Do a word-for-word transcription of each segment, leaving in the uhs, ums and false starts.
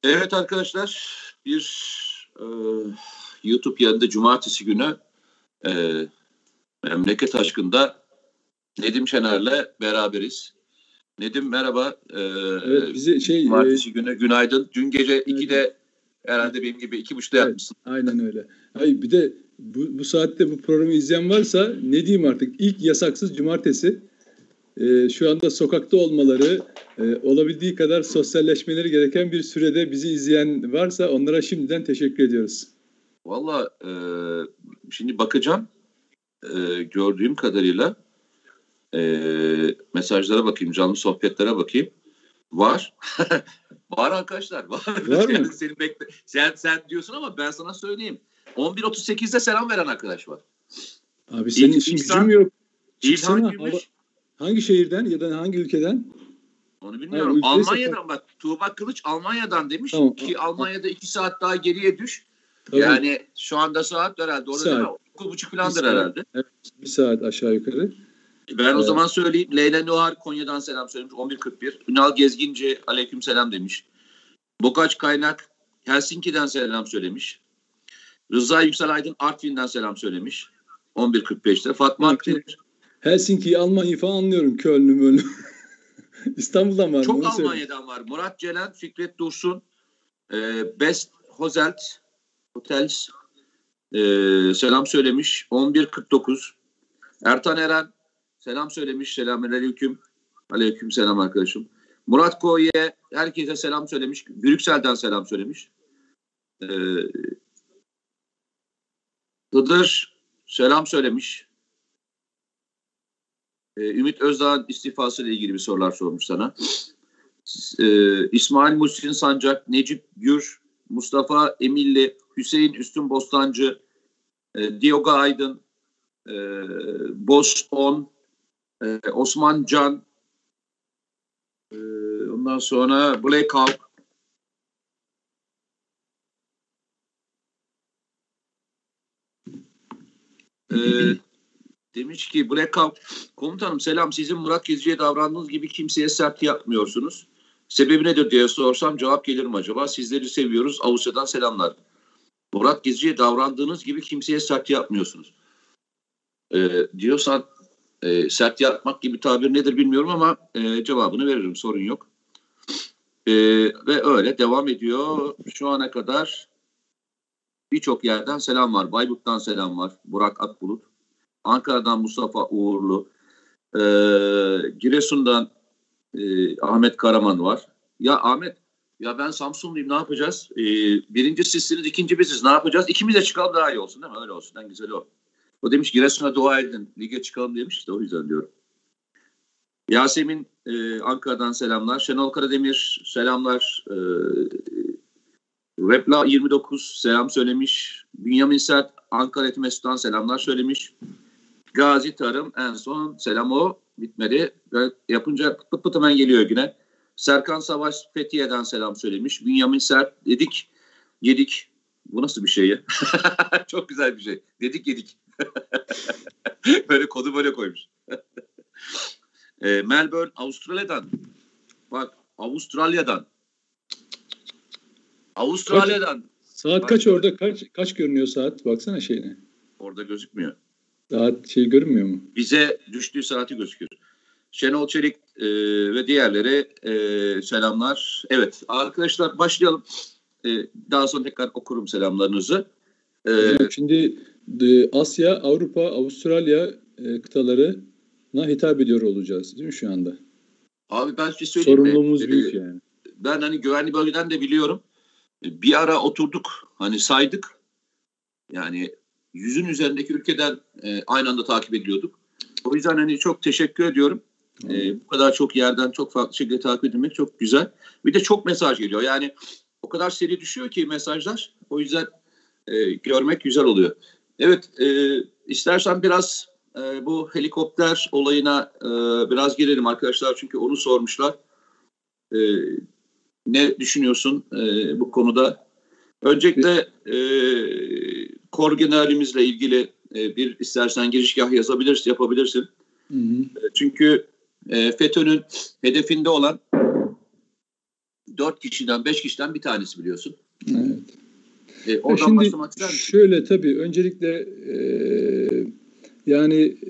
Evet arkadaşlar, bir e, YouTube yayında cumartesi günü e, Memleket Aşkı'nda Nedim Şener'le beraberiz. Nedim merhaba. E, evet, bizi şey cumartesi e, günü günaydın. Dün gece günaydın. ikide herhalde benim gibi iki buçukta Evet, yatmışsın. aynen öyle. Hayır, bir de bu, bu saatte bu programı izleyen varsa ne diyeyim artık, ilk yasaksız cumartesi. E, şu anda sokakta olmaları, e, olabildiği kadar sosyalleşmeleri gereken bir sürede bizi izleyen varsa onlara şimdiden teşekkür ediyoruz. Valla e, şimdi bakacağım e, gördüğüm kadarıyla e, mesajlara bakayım, canlı sohbetlere bakayım. Var. Var arkadaşlar. Var. Var yani mı? Seni bekle. Sen, sen diyorsun ama ben sana söyleyeyim. on bir otuz sekizde selam veren arkadaş var. Abi senin İl, işin İhsan, gücün mü yok? İlhan Çıksana. Gümüş. Hava, hangi şehirden ya da hangi ülkeden? Onu Ha, bilmiyorum. ülkeyse Almanya'dan bak. Tuğba Kılıç Almanya'dan demiş tamam. ki A- a- Almanya'da iki saat daha geriye düş. tabii. Yani şu anda saat herhalde orada değil mi? Saat. dokuz buçuk Bir falandır saat. herhalde. Evet, bir saat aşağı yukarı. Ben o Ee, zaman söyleyeyim. Leyla Nuhar Konya'dan selam söylemiş. on bir kırk bir. Ünal Gezginci aleyküm selam demiş. Bokaç Kaynak Helsinki'den selam söylemiş. Rıza Yüksel Aydın Artvin'den selam söylemiş. on bir kırk beşte. Fatma Yani Akdemir. Helsinki'yi, Almanya'yı falan anlıyorum. Köln'ü, Möln'ü. İstanbul'dan var mı? Çok Onu söyle. Almanya'dan var. Murat Celen, Fikret Dursun, e, Best Hotels, Hotels e, selam söylemiş. on bir kırk dokuz. Ertan Eren selam söylemiş. Selamünaleyküm. Aleyküm selam arkadaşım. Murat Koye herkese selam söylemiş. Brüksel'den selam söylemiş. E, Hıdır selam söylemiş. Ee, Ümit Özdağ'ın istifası ile ilgili bir sorular sormuş sana. Ee, İsmail Muhsin Sancak, Necip Gür, Mustafa Emilli, Hüseyin Üstün Bostancı, e, Diogo Aydın, e, Boston, e, Osman Can, e, ondan sonra Black Hawk, e, demiş ki Black Hawk, komutanım selam, sizin Murat Gezici'ye davrandığınız gibi kimseye sert yapmıyorsunuz. Sebebi nedir diye sorsam cevap gelir mi acaba? Sizleri seviyoruz. Avusturya'dan selamlar. Murat Gezici'ye davrandığınız gibi kimseye sert yapmıyorsunuz. Ee, diyorsan e, sert yapmak gibi tabir nedir bilmiyorum ama e, cevabını veririm. Sorun yok. E, ve öyle devam ediyor. Şu ana kadar birçok yerden selam var. Bayburt'tan selam var. Burak Akbulut. Ankara'dan Mustafa Uğurlu. E, Giresun'dan e, Ahmet Karaman var. Ya Ahmet, ya ben Samsunluyum, ne yapacağız? Ee, birinci sizsiniz, ikinci biziz, ne yapacağız? İkimiz de çıkalım daha iyi olsun değil mi? Öyle olsun, en güzeli o. O demiş Giresun'a dua edin, lige çıkalım demiş, işte o yüzden diyorum. Yasemin e, Ankara'dan selamlar. Şenol Karademir selamlar. E, Repla yirmi dokuz selam söylemiş. Bünyamin Sert Ankara Etimesut'tan selamlar söylemiş. Gazi Tarım en son selam o. Bitmedi. Böyle yapınca pıt pıt hemen geliyor yine. Serkan Savaş Fethiye'den selam söylemiş. Bünyamin Sert dedik yedik. Bu nasıl bir şey ya? Çok güzel bir şey. Dedik yedik. Böyle kodu böyle koymuş. e, Melbourne Avustralya'dan. Bak Avustralya'dan. Avustralya'dan. Kaç, saat Bak, kaç orada? Kaç kaç görünüyor saat? Baksana şeyine. Orada gözükmüyor. Saat şey görünmüyor mu? Bize düştüğü saati gözüküyor. Şenol Çelik e, ve diğerleri e, selamlar. Evet arkadaşlar başlayalım. E, daha sonra tekrar okurum selamlarınızı. E, Hocam, şimdi e, Asya, Avrupa, Avustralya e, kıtalarına hitap ediyor olacağız değil mi şu anda? Abi ben size söyleyeyim mi? Sorumluluğumuz büyük yani. Ben hani güvenli bölgeden de biliyorum. Bir ara oturduk, hani saydık. Yani yüzün üzerindeki ülkeden e, aynı anda takip ediyorduk. O yüzden hani çok teşekkür ediyorum. E, bu kadar çok yerden çok farklı şekilde takip edilmek çok güzel. Bir de çok mesaj geliyor. Yani o kadar seri düşüyor ki mesajlar. O yüzden e, görmek güzel oluyor. Evet, e, istersen biraz e, bu helikopter olayına e, biraz girelim arkadaşlar. Çünkü onu sormuşlar. E, ne düşünüyorsun e, bu konuda? Öncelikle e, Kor Generalimizle ilgili e, bir istersen girişgah yazabilirsin, yapabilirsin. Hı hı. Çünkü e, FETÖ'nün hedefinde olan dört kişiden, beş kişiden bir tanesi biliyorsun. Evet. E, oradan Şimdi başlamak ister misin? şöyle tabii öncelikle e, yani e,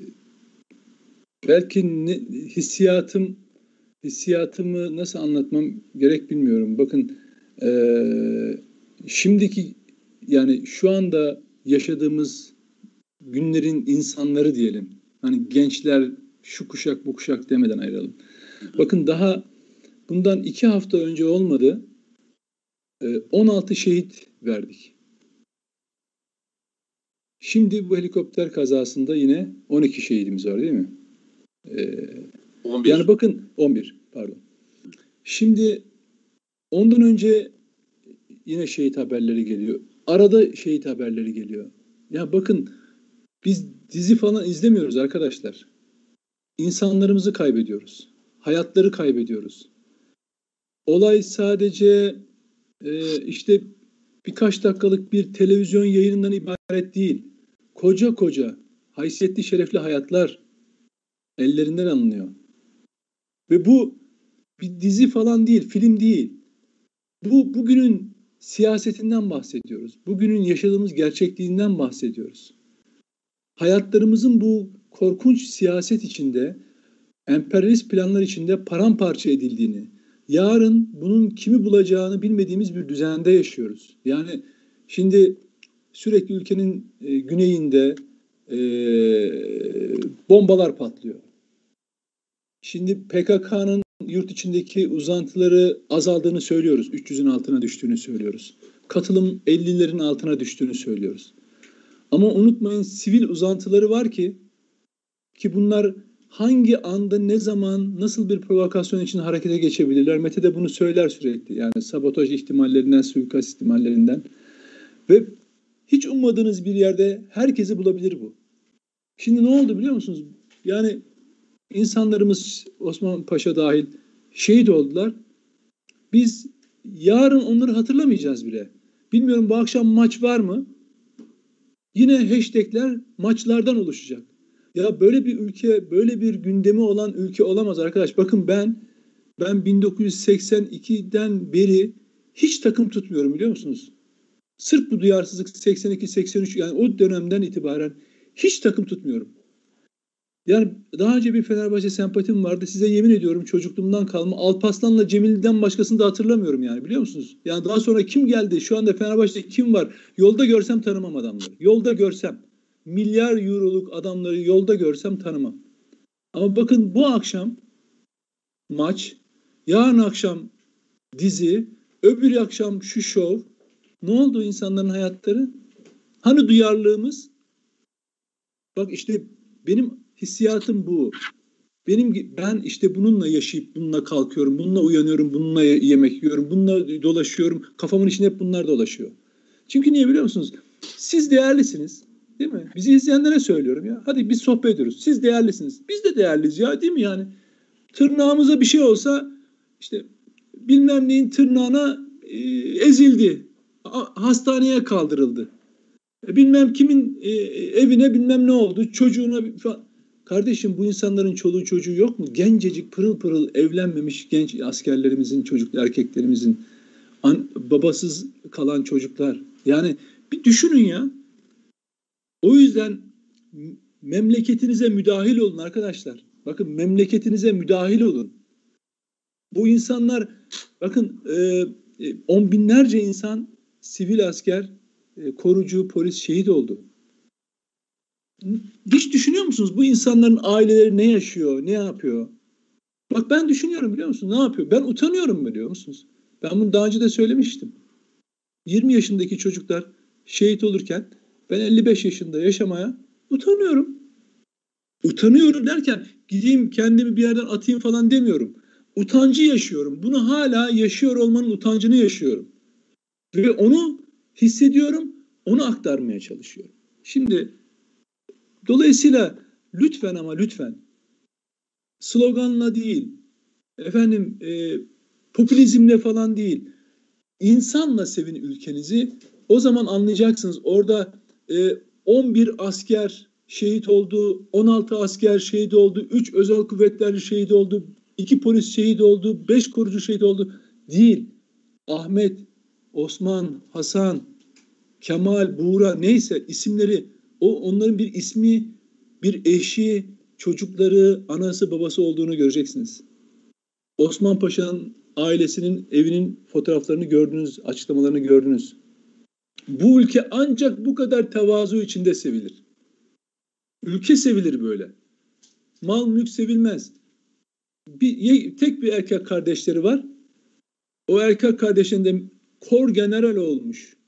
belki ne, hissiyatım hissiyatımı nasıl anlatmam gerek bilmiyorum. Bakın e, şimdiki yani şu anda yaşadığımız günlerin insanları diyelim. Hani gençler şu kuşak bu kuşak demeden ayıralım. Bakın daha bundan iki hafta önce olmadı. on altı şehit verdik. Şimdi bu helikopter kazasında yine on iki şehidimiz var değil mi? Ee, on bir. Yani bakın on bir pardon. Şimdi ondan önce yine şehit haberleri geliyor. Arada şehit haberleri geliyor. Ya bakın biz dizi falan izlemiyoruz arkadaşlar. İnsanlarımızı kaybediyoruz. Hayatları kaybediyoruz. Olay sadece e, işte birkaç dakikalık bir televizyon yayınından ibaret değil. Koca koca, haysiyetli, şerefli hayatlar ellerinden alınıyor. Ve bu bir dizi falan değil, film değil. Bu bugünün siyasetinden bahsediyoruz. Bugünün yaşadığımız gerçekliğinden bahsediyoruz. Hayatlarımızın bu korkunç siyaset içinde, emperyalist planlar içinde paramparça edildiğini, yarın bunun kimi bulacağını bilmediğimiz bir düzende yaşıyoruz. Yani şimdi sürekli ülkenin e, güneyinde e, bombalar patlıyor. Şimdi P K K'nın yurt içindeki uzantıları azaldığını söylüyoruz. üç yüzün altına düştüğünü söylüyoruz. Katılım ellilerin altına düştüğünü söylüyoruz. Ama unutmayın sivil uzantıları var ki ki bunlar hangi anda, ne zaman, nasıl bir provokasyon için harekete geçebilirler? Mete de bunu söyler sürekli. Yani sabotaj ihtimallerinden, suikast ihtimallerinden. Ve hiç ummadığınız bir yerde herkesi bulabilir bu. Şimdi ne oldu biliyor musunuz? Yani insanlarımız Osman Paşa dahil şehit oldular. Biz yarın onları hatırlamayacağız bile. Bilmiyorum bu akşam maç var mı? Yine hashtagler maçlardan oluşacak. Ya böyle bir ülke, böyle bir gündemi olan ülke olamaz arkadaş. Bakın ben ben bin dokuz yüz seksen ikiden beri hiç takım tutmuyorum biliyor musunuz? Sırf bu duyarsızlık seksen iki seksen üç yani o dönemden itibaren hiç takım tutmuyorum. Yani daha önce bir Fenerbahçe sempatim vardı. Size yemin ediyorum çocukluğumdan kalma. Alparslan'la Cemil'den başkasını da hatırlamıyorum yani biliyor musunuz? Yani daha sonra kim geldi? Şu anda Fenerbahçe'de kim var? Yolda görsem tanımam adamları. Yolda görsem. Milyar euroluk adamları yolda görsem tanımam. Ama bakın bu akşam maç, yarın akşam dizi, öbür akşam şu şov. Ne oldu insanların hayatları? Hani duyarlılığımız? Bak işte benim hissiyatım bu. Benim ben işte bununla yaşayıp bununla kalkıyorum, bununla uyanıyorum, bununla yemek yiyorum, bununla dolaşıyorum. Kafamın içinde hep bunlar dolaşıyor. Çünkü niye biliyor musunuz? Siz değerlisiniz. Değil mi? Bizi izleyenlere söylüyorum ya. Hadi biz sohbet ediyoruz. Siz değerlisiniz. Biz de değerliyiz ya değil mi yani? Tırnağımıza bir şey olsa işte bilmem neyin tırnağına e, ezildi. A, hastaneye kaldırıldı. E, bilmem kimin e, evine bilmem ne oldu. Çocuğuna falan. Kardeşim bu insanların çoluğu çocuğu yok mu? Gencecik pırıl pırıl evlenmemiş genç askerlerimizin, çocuk erkeklerimizin an, babasız kalan çocuklar. Yani bir düşünün ya. O yüzden memleketinize müdahil olun arkadaşlar. Bakın memleketinize müdahil olun. Bu insanlar bakın e, on binlerce insan sivil asker, e, korucu, polis şehit oldu. Hiç düşünüyor musunuz bu insanların aileleri ne yaşıyor, ne yapıyor? Bak ben düşünüyorum biliyor musunuz? Ne yapıyor? Ben utanıyorum biliyor musunuz? Ben bunu daha önce de söylemiştim. yirmi yaşındaki çocuklar şehit olurken ben elli beş yaşında yaşamaya utanıyorum. Utanıyorum derken gideyim kendimi bir yerden atayım falan demiyorum. Utancı yaşıyorum. Bunu hala yaşıyor olmanın utancını yaşıyorum. Ve onu hissediyorum, onu aktarmaya çalışıyorum. Şimdi dolayısıyla lütfen ama lütfen sloganla değil, efendim e, popülizmle falan değil, insanla sevin ülkenizi. O zaman anlayacaksınız orada e, on bir asker şehit oldu, on altı asker şehit oldu, üç özel kuvvetler şehit oldu, iki polis şehit oldu, beş korucu şehit oldu. Değil. Ahmet, Osman, Hasan, Kemal, Buğra neyse isimleri, o onların bir ismi, bir eşi, çocukları, anası, babası olduğunu göreceksiniz. Osman Paşa'nın ailesinin evinin fotoğraflarını gördünüz, açıklamalarını gördünüz. Bu ülke ancak bu kadar tevazu içinde sevilir. Ülke sevilir böyle. Mal mülk sevilmez. Bir, tek bir erkek kardeşleri var. O erkek kardeşinde kor general olmuş.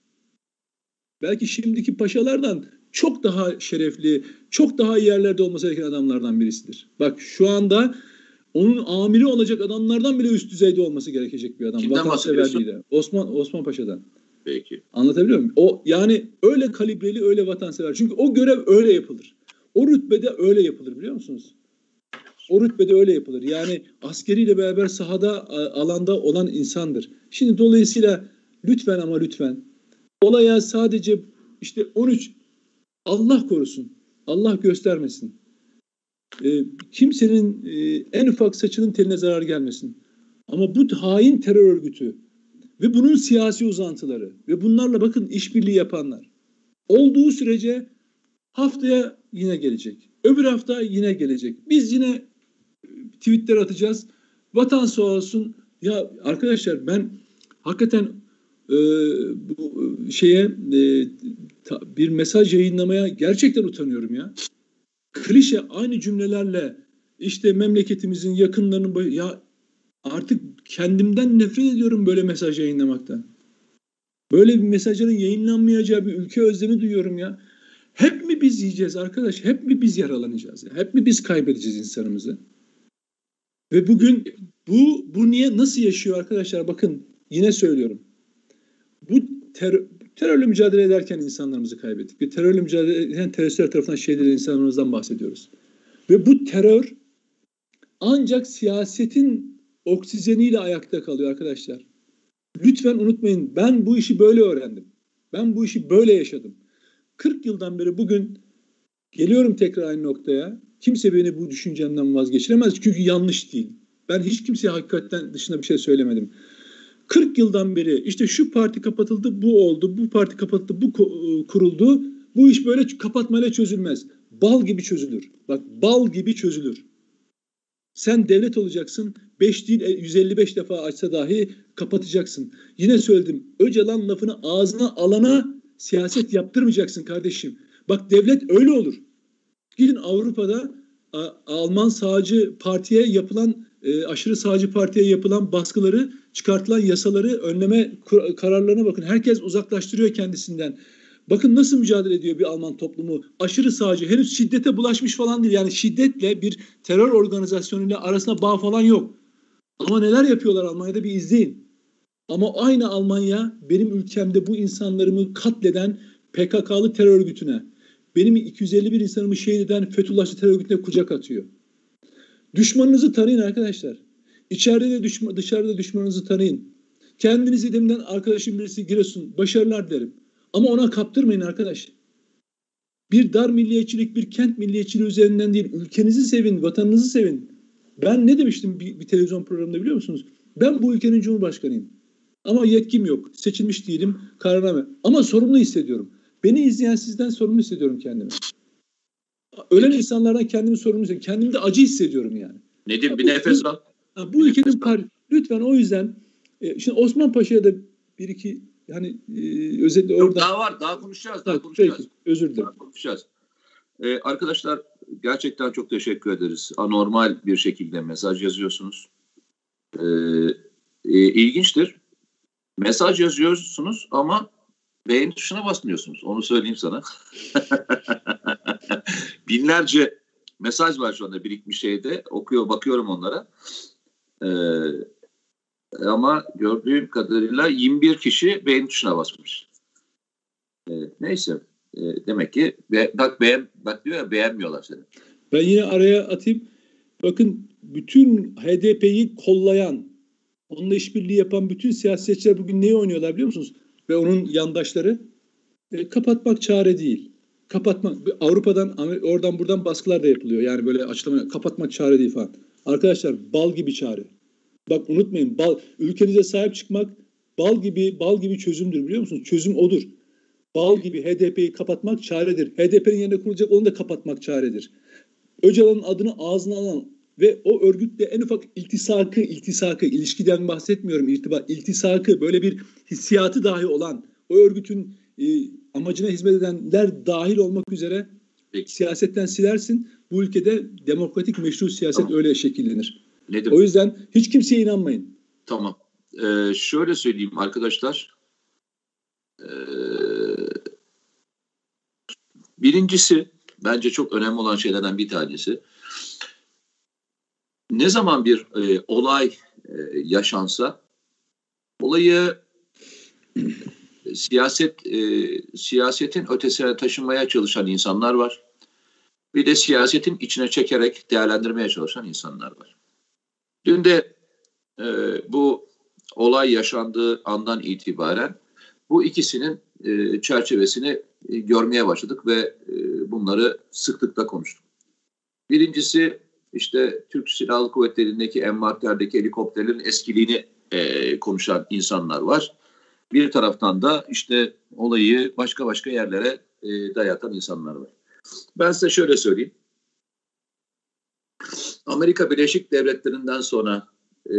Belki şimdiki paşalardan çok daha şerefli, çok daha iyi yerlerde olması gereken adamlardan birisidir. Bak şu anda onun amiri olacak adamlardan bile üst düzeyde olması gerekecek bir adam. Kimden Vatanseverliğiyle. Osman Osman Paşa'dan. Peki. Anlatabiliyor muyum? O yani öyle kalibreli, öyle vatansever. Çünkü o görev öyle yapılır. O rütbede öyle yapılır, biliyor musunuz? O rütbede öyle yapılır. Yani askeriyle beraber sahada, alanda olan insandır. Şimdi dolayısıyla lütfen ama lütfen olaya sadece işte on üç, Allah korusun, Allah göstermesin. E, kimsenin e, en ufak saçının teline zarar gelmesin. Ama bu hain terör örgütü ve bunun siyasi uzantıları ve bunlarla bakın işbirliği yapanlar olduğu sürece haftaya yine gelecek. Öbür hafta yine gelecek. Biz yine tweetler atacağız. Vatan sağ olsun. Ya arkadaşlar ben hakikaten e, bu şeye e, ta, bir mesaj yayınlamaya gerçekten utanıyorum ya. Klişe aynı cümlelerle işte memleketimizin yakınlarının ya artık kendimden nefret ediyorum böyle mesaj yayınlamaktan. Böyle bir mesajların yayınlanmayacağı bir ülke özlemi duyuyorum ya. Hep mi biz yiyeceğiz arkadaş? Hep mi biz yaralanacağız? Ya? Hep mi biz kaybedeceğiz insanımızı? Ve bugün bu bu niye nasıl yaşıyor arkadaşlar? Bakın yine söylüyorum. Bu ter, terörle mücadele ederken insanlarımızı kaybettik. Ve terörle mücadele ederken teröristler tarafından şehit edilen insanlarımızdan bahsediyoruz. Ve bu terör ancak siyasetin oksijeniyle ayakta kalıyor arkadaşlar. Lütfen unutmayın, ben bu işi böyle öğrendim. Ben bu işi böyle yaşadım. kırk yıldan beri bugün geliyorum tekrar aynı noktaya. Kimse beni bu düşüncemden vazgeçiremez. Çünkü yanlış değil. Ben hiç kimseye hakikaten dışında bir şey söylemedim. kırk yıldan beri işte şu parti kapatıldı, bu oldu, bu parti kapatıldı, bu kuruldu. Bu iş böyle kapatmayla çözülmez. Bal gibi çözülür. Bak bal gibi çözülür. Sen devlet olacaksın, beş değil yüz elli beş defa açsa dahi kapatacaksın. Yine söyledim, Öcalan lafını ağzına alana siyaset yaptırmayacaksın kardeşim. Bak devlet öyle olur. Gidin Avrupa'da a, Alman sağcı partiye yapılan, e, aşırı sağcı partiye yapılan baskıları, çıkartılan yasaları, önleme kararlarına bakın. Herkes uzaklaştırıyor kendisinden. Bakın nasıl mücadele ediyor bir Alman toplumu. Aşırı sağcı, henüz şiddete bulaşmış falan değil. Yani şiddetle bir terör organizasyonuyla arasında bağ falan yok. Ama neler yapıyorlar Almanya'da bir izleyin. Ama aynı Almanya benim ülkemde bu insanlarımı katleden P K K'lı terör örgütüne, benim iki yüz elli bir insanımı şehit eden Fethullahçı terör örgütüne kucak atıyor. Düşmanınızı tanıyın arkadaşlar. İçeride de düşman, dışarıda düşmanınızı tanıyın. Kendinizi demden arkadaşım birisi Giresun, başarılar derim. Ama ona kaptırmayın arkadaş. Bir dar milliyetçilik, bir kent milliyetçiliği üzerinden değil, ülkenizi sevin, vatanınızı sevin. Ben ne demiştim bir, bir televizyon programında biliyor musunuz? Ben bu ülkenin cumhurbaşkanıyım. Ama yetkim yok. Seçilmiş değilim, kararname. Ama sorumlu hissediyorum. Beni izleyen sizden sorumlu hissediyorum kendimi. Ölen insanlardan kendimi sorumlu hissediyorum. Kendimde acı hissediyorum yani. Nedir? Ya bir bu, nefes bu, al. Ha, bu ülkenin par lütfen o yüzden e, şimdi Osman Paşa'ya da bir iki yani e, özetle Yok, orada. daha var. Daha konuşacağız. Daha Evet, konuşacağız. peki, özür dilerim. Daha konuşacağız. Ee, arkadaşlar gerçekten çok teşekkür ederiz. Anormal bir şekilde mesaj yazıyorsunuz. Ee, e, ilginçtir. Mesaj yazıyorsunuz ama beğen tuşuna basmıyorsunuz. Onu söyleyeyim sana. Binlerce mesaj var şu anda birikmiş şeyde. Okuyor, bakıyorum onlara. Ee, ama gördüğüm kadarıyla yirmi bir kişi beğen tuşuna basmış. Ee, neyse. Ee, demek ki be, bak beğen bak diyor ya, beğenmiyorlar seni. Ben yine araya atayım. Bakın bütün H D P'yi kollayan, onunla işbirliği yapan bütün siyasetçiler bugün neyi oynuyorlar biliyor musunuz? Ve onun yandaşları e, kapatmak çare değil. Kapatmak, Avrupa'dan oradan buradan baskılar da yapılıyor. Yani böyle açıklama, kapatmak çare değil falan. Arkadaşlar bal gibi çare. Bak unutmayın, bal, ülkenize sahip çıkmak bal gibi bal gibi çözümdür, biliyor musunuz? Çözüm odur. Bal gibi H D P'yi kapatmak çaredir. H D P'nin yerine kurulacak onu da kapatmak çaredir. Öcalan'ın adını ağzına alan ve o örgütle en ufak iltisakı, iltisakı, ilişkiden bahsetmiyorum, irtibat, iltisakı, böyle bir hissiyatı dahi olan, o örgütün e, amacına hizmet edenler dahil olmak üzere Peki. siyasetten silersin. Bu ülkede demokratik meşru siyaset Tamam. öyle şekillenir. Nedir? O yüzden hiç kimseye inanmayın. Tamam. Ee, şöyle söyleyeyim arkadaşlar. Ee, birincisi, bence çok önemli olan şeylerden bir tanesi. Ne zaman bir e, olay e, yaşansa, olayı e, siyaset e, siyasetin ötesine taşımaya çalışan insanlar var. Bir de siyasetin içine çekerek değerlendirmeye çalışan insanlar var. Dün de e, bu olay yaşandığı andan itibaren bu ikisinin e, çerçevesini e, görmeye başladık ve e, bunları sıklıkla konuştuk. Birincisi, işte Türk Silahlı Kuvvetleri'ndeki envanterdeki helikopterlerin eskiliğini e, konuşan insanlar var. Bir taraftan da işte olayı başka başka yerlere e, dayatan insanlar var. Ben size şöyle söyleyeyim. Amerika Birleşik Devletleri'nden sonra e,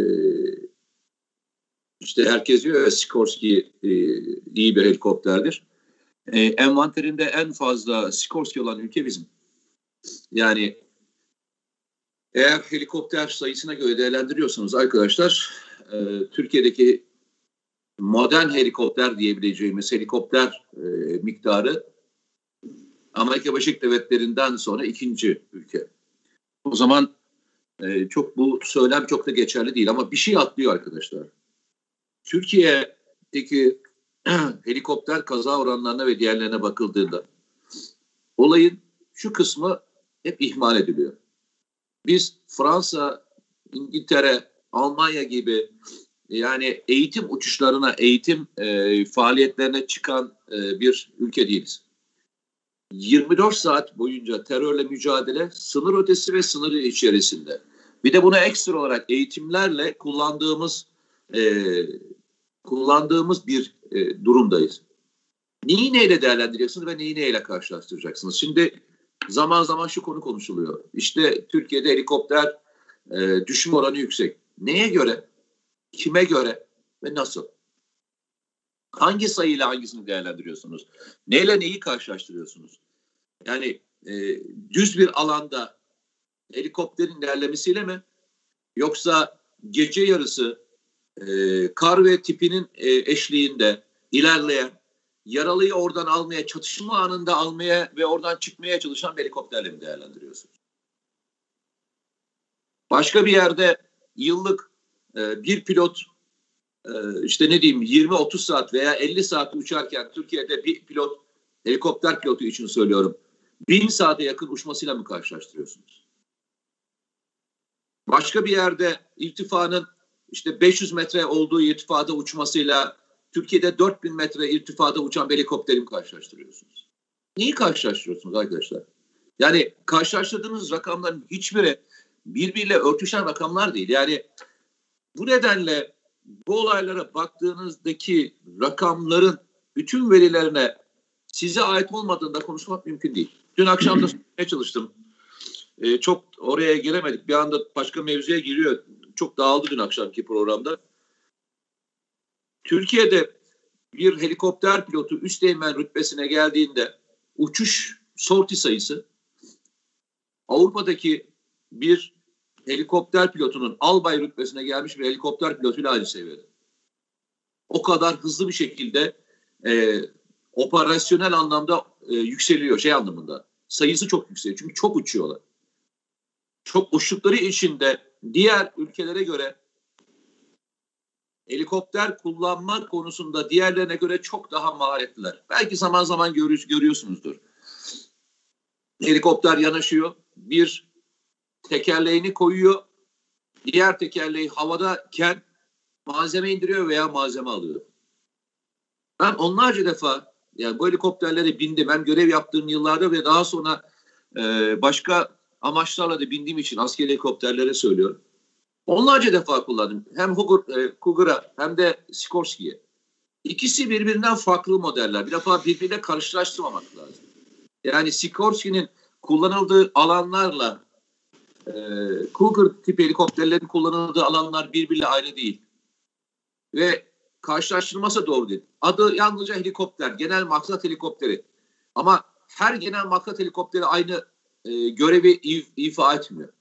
işte herkes diyor ya, Sikorsky e, iyi bir helikopterdir. E, envanterinde en fazla Sikorsky olan ülke bizim. Yani eğer helikopter sayısına göre değerlendiriyorsanız arkadaşlar, e, Türkiye'deki modern helikopter diyebileceğimiz helikopter e, miktarı Amerika Birleşik Devletleri'nden sonra ikinci ülke. O zaman e, çok bu söylem çok da geçerli değil, ama bir şey atlıyor arkadaşlar. Türkiye'deki helikopter kaza oranlarına ve diğerlerine bakıldığında olayın şu kısmı hep ihmal ediliyor. Biz Fransa, İngiltere, Almanya gibi yani eğitim uçuşlarına, eğitim e, faaliyetlerine çıkan e, bir ülke değiliz. yirmi dört saat boyunca terörle mücadele sınır ötesi ve sınır içerisinde. Bir de buna ekstra olarak eğitimlerle kullandığımız e, kullandığımız bir e, durumdayız. Neyi neyle değerlendireceksiniz ve neyi neyle karşılaştıracaksınız? Şimdi zaman zaman şu konu konuşuluyor. İşte Türkiye'de helikopter e, düşme oranı yüksek. Neye göre, kime göre ve nasıl? Hangi sayıyla hangisini değerlendiriyorsunuz? Neyle neyi karşılaştırıyorsunuz? Yani e, düz bir alanda helikopterin ilerlemesiyle mi? Yoksa gece yarısı e, kar ve tipinin e, eşliğinde ilerleyen, yaralıyı oradan almaya, çatışma anında almaya ve oradan çıkmaya çalışan bir helikopterle mi değerlendiriyorsunuz? Başka bir yerde yıllık e, bir pilot e, işte ne diyeyim yirmi otuz saat veya elli saat uçarken Türkiye'de bir pilot, helikopter pilotu için söylüyorum, bin saate yakın uçmasıyla mı karşılaştırıyorsunuz? Başka bir yerde irtifanın işte beş yüz metre olduğu irtifada uçmasıyla Türkiye'de dört bin metre irtifada uçan bir helikopteri mi karşılaştırıyorsunuz? Neyi karşılaştırıyorsunuz arkadaşlar? Yani karşılaştırdığınız rakamların hiçbiri birbiriyle örtüşen rakamlar değil. Yani bu nedenle bu olaylara baktığınızdaki rakamların bütün verilerine size ait olmadığında konuşmak mümkün değil. Dün akşam da söylemeye çalıştım. Ee, çok oraya giremedik. Bir anda başka mevzuya giriyor. Çok dağıldı dün akşamki programda. Türkiye'de bir helikopter pilotu üsteğmen rütbesine geldiğinde uçuş sorti sayısı Avrupa'daki bir helikopter pilotunun albay rütbesine gelmiş bir helikopter pilotuyla aynı seviyede. O kadar hızlı bir şekilde e, operasyonel anlamda e, yükseliyor, şey anlamında. Sayısı çok yükseliyor. Çünkü çok uçuyorlar. Çok uçtukları için de diğer ülkelere göre helikopter kullanma konusunda diğerlerine göre çok daha maharetliler. Belki zaman zaman görü- görüyorsunuzdur. Helikopter yanaşıyor. Bir tekerleğini koyuyor. Diğer tekerleği havadayken malzeme indiriyor veya malzeme alıyor. Ben onlarca defa yani bu helikopterlere bindim. Hem görev yaptığım yıllarda ve daha sonra e, başka amaçlarla da bindiğim için askeri helikopterlere söylüyorum. Onlarca defa kullandım. Hem Cougar'a hem de Sikorsky'ye. İkisi birbirinden farklı modeller. Bir defa birbirine karşılaştırmamak lazım. Yani Sikorsky'nin kullanıldığı alanlarla e, Cougar tipi helikopterlerin kullanıldığı alanlar birbiriyle aynı değil. Ve karşılaştırılması doğru değil. Adı yalnızca helikopter, genel maksat helikopteri. Ama her genel maksat helikopteri aynı e, görevi if, ifa etmiyor.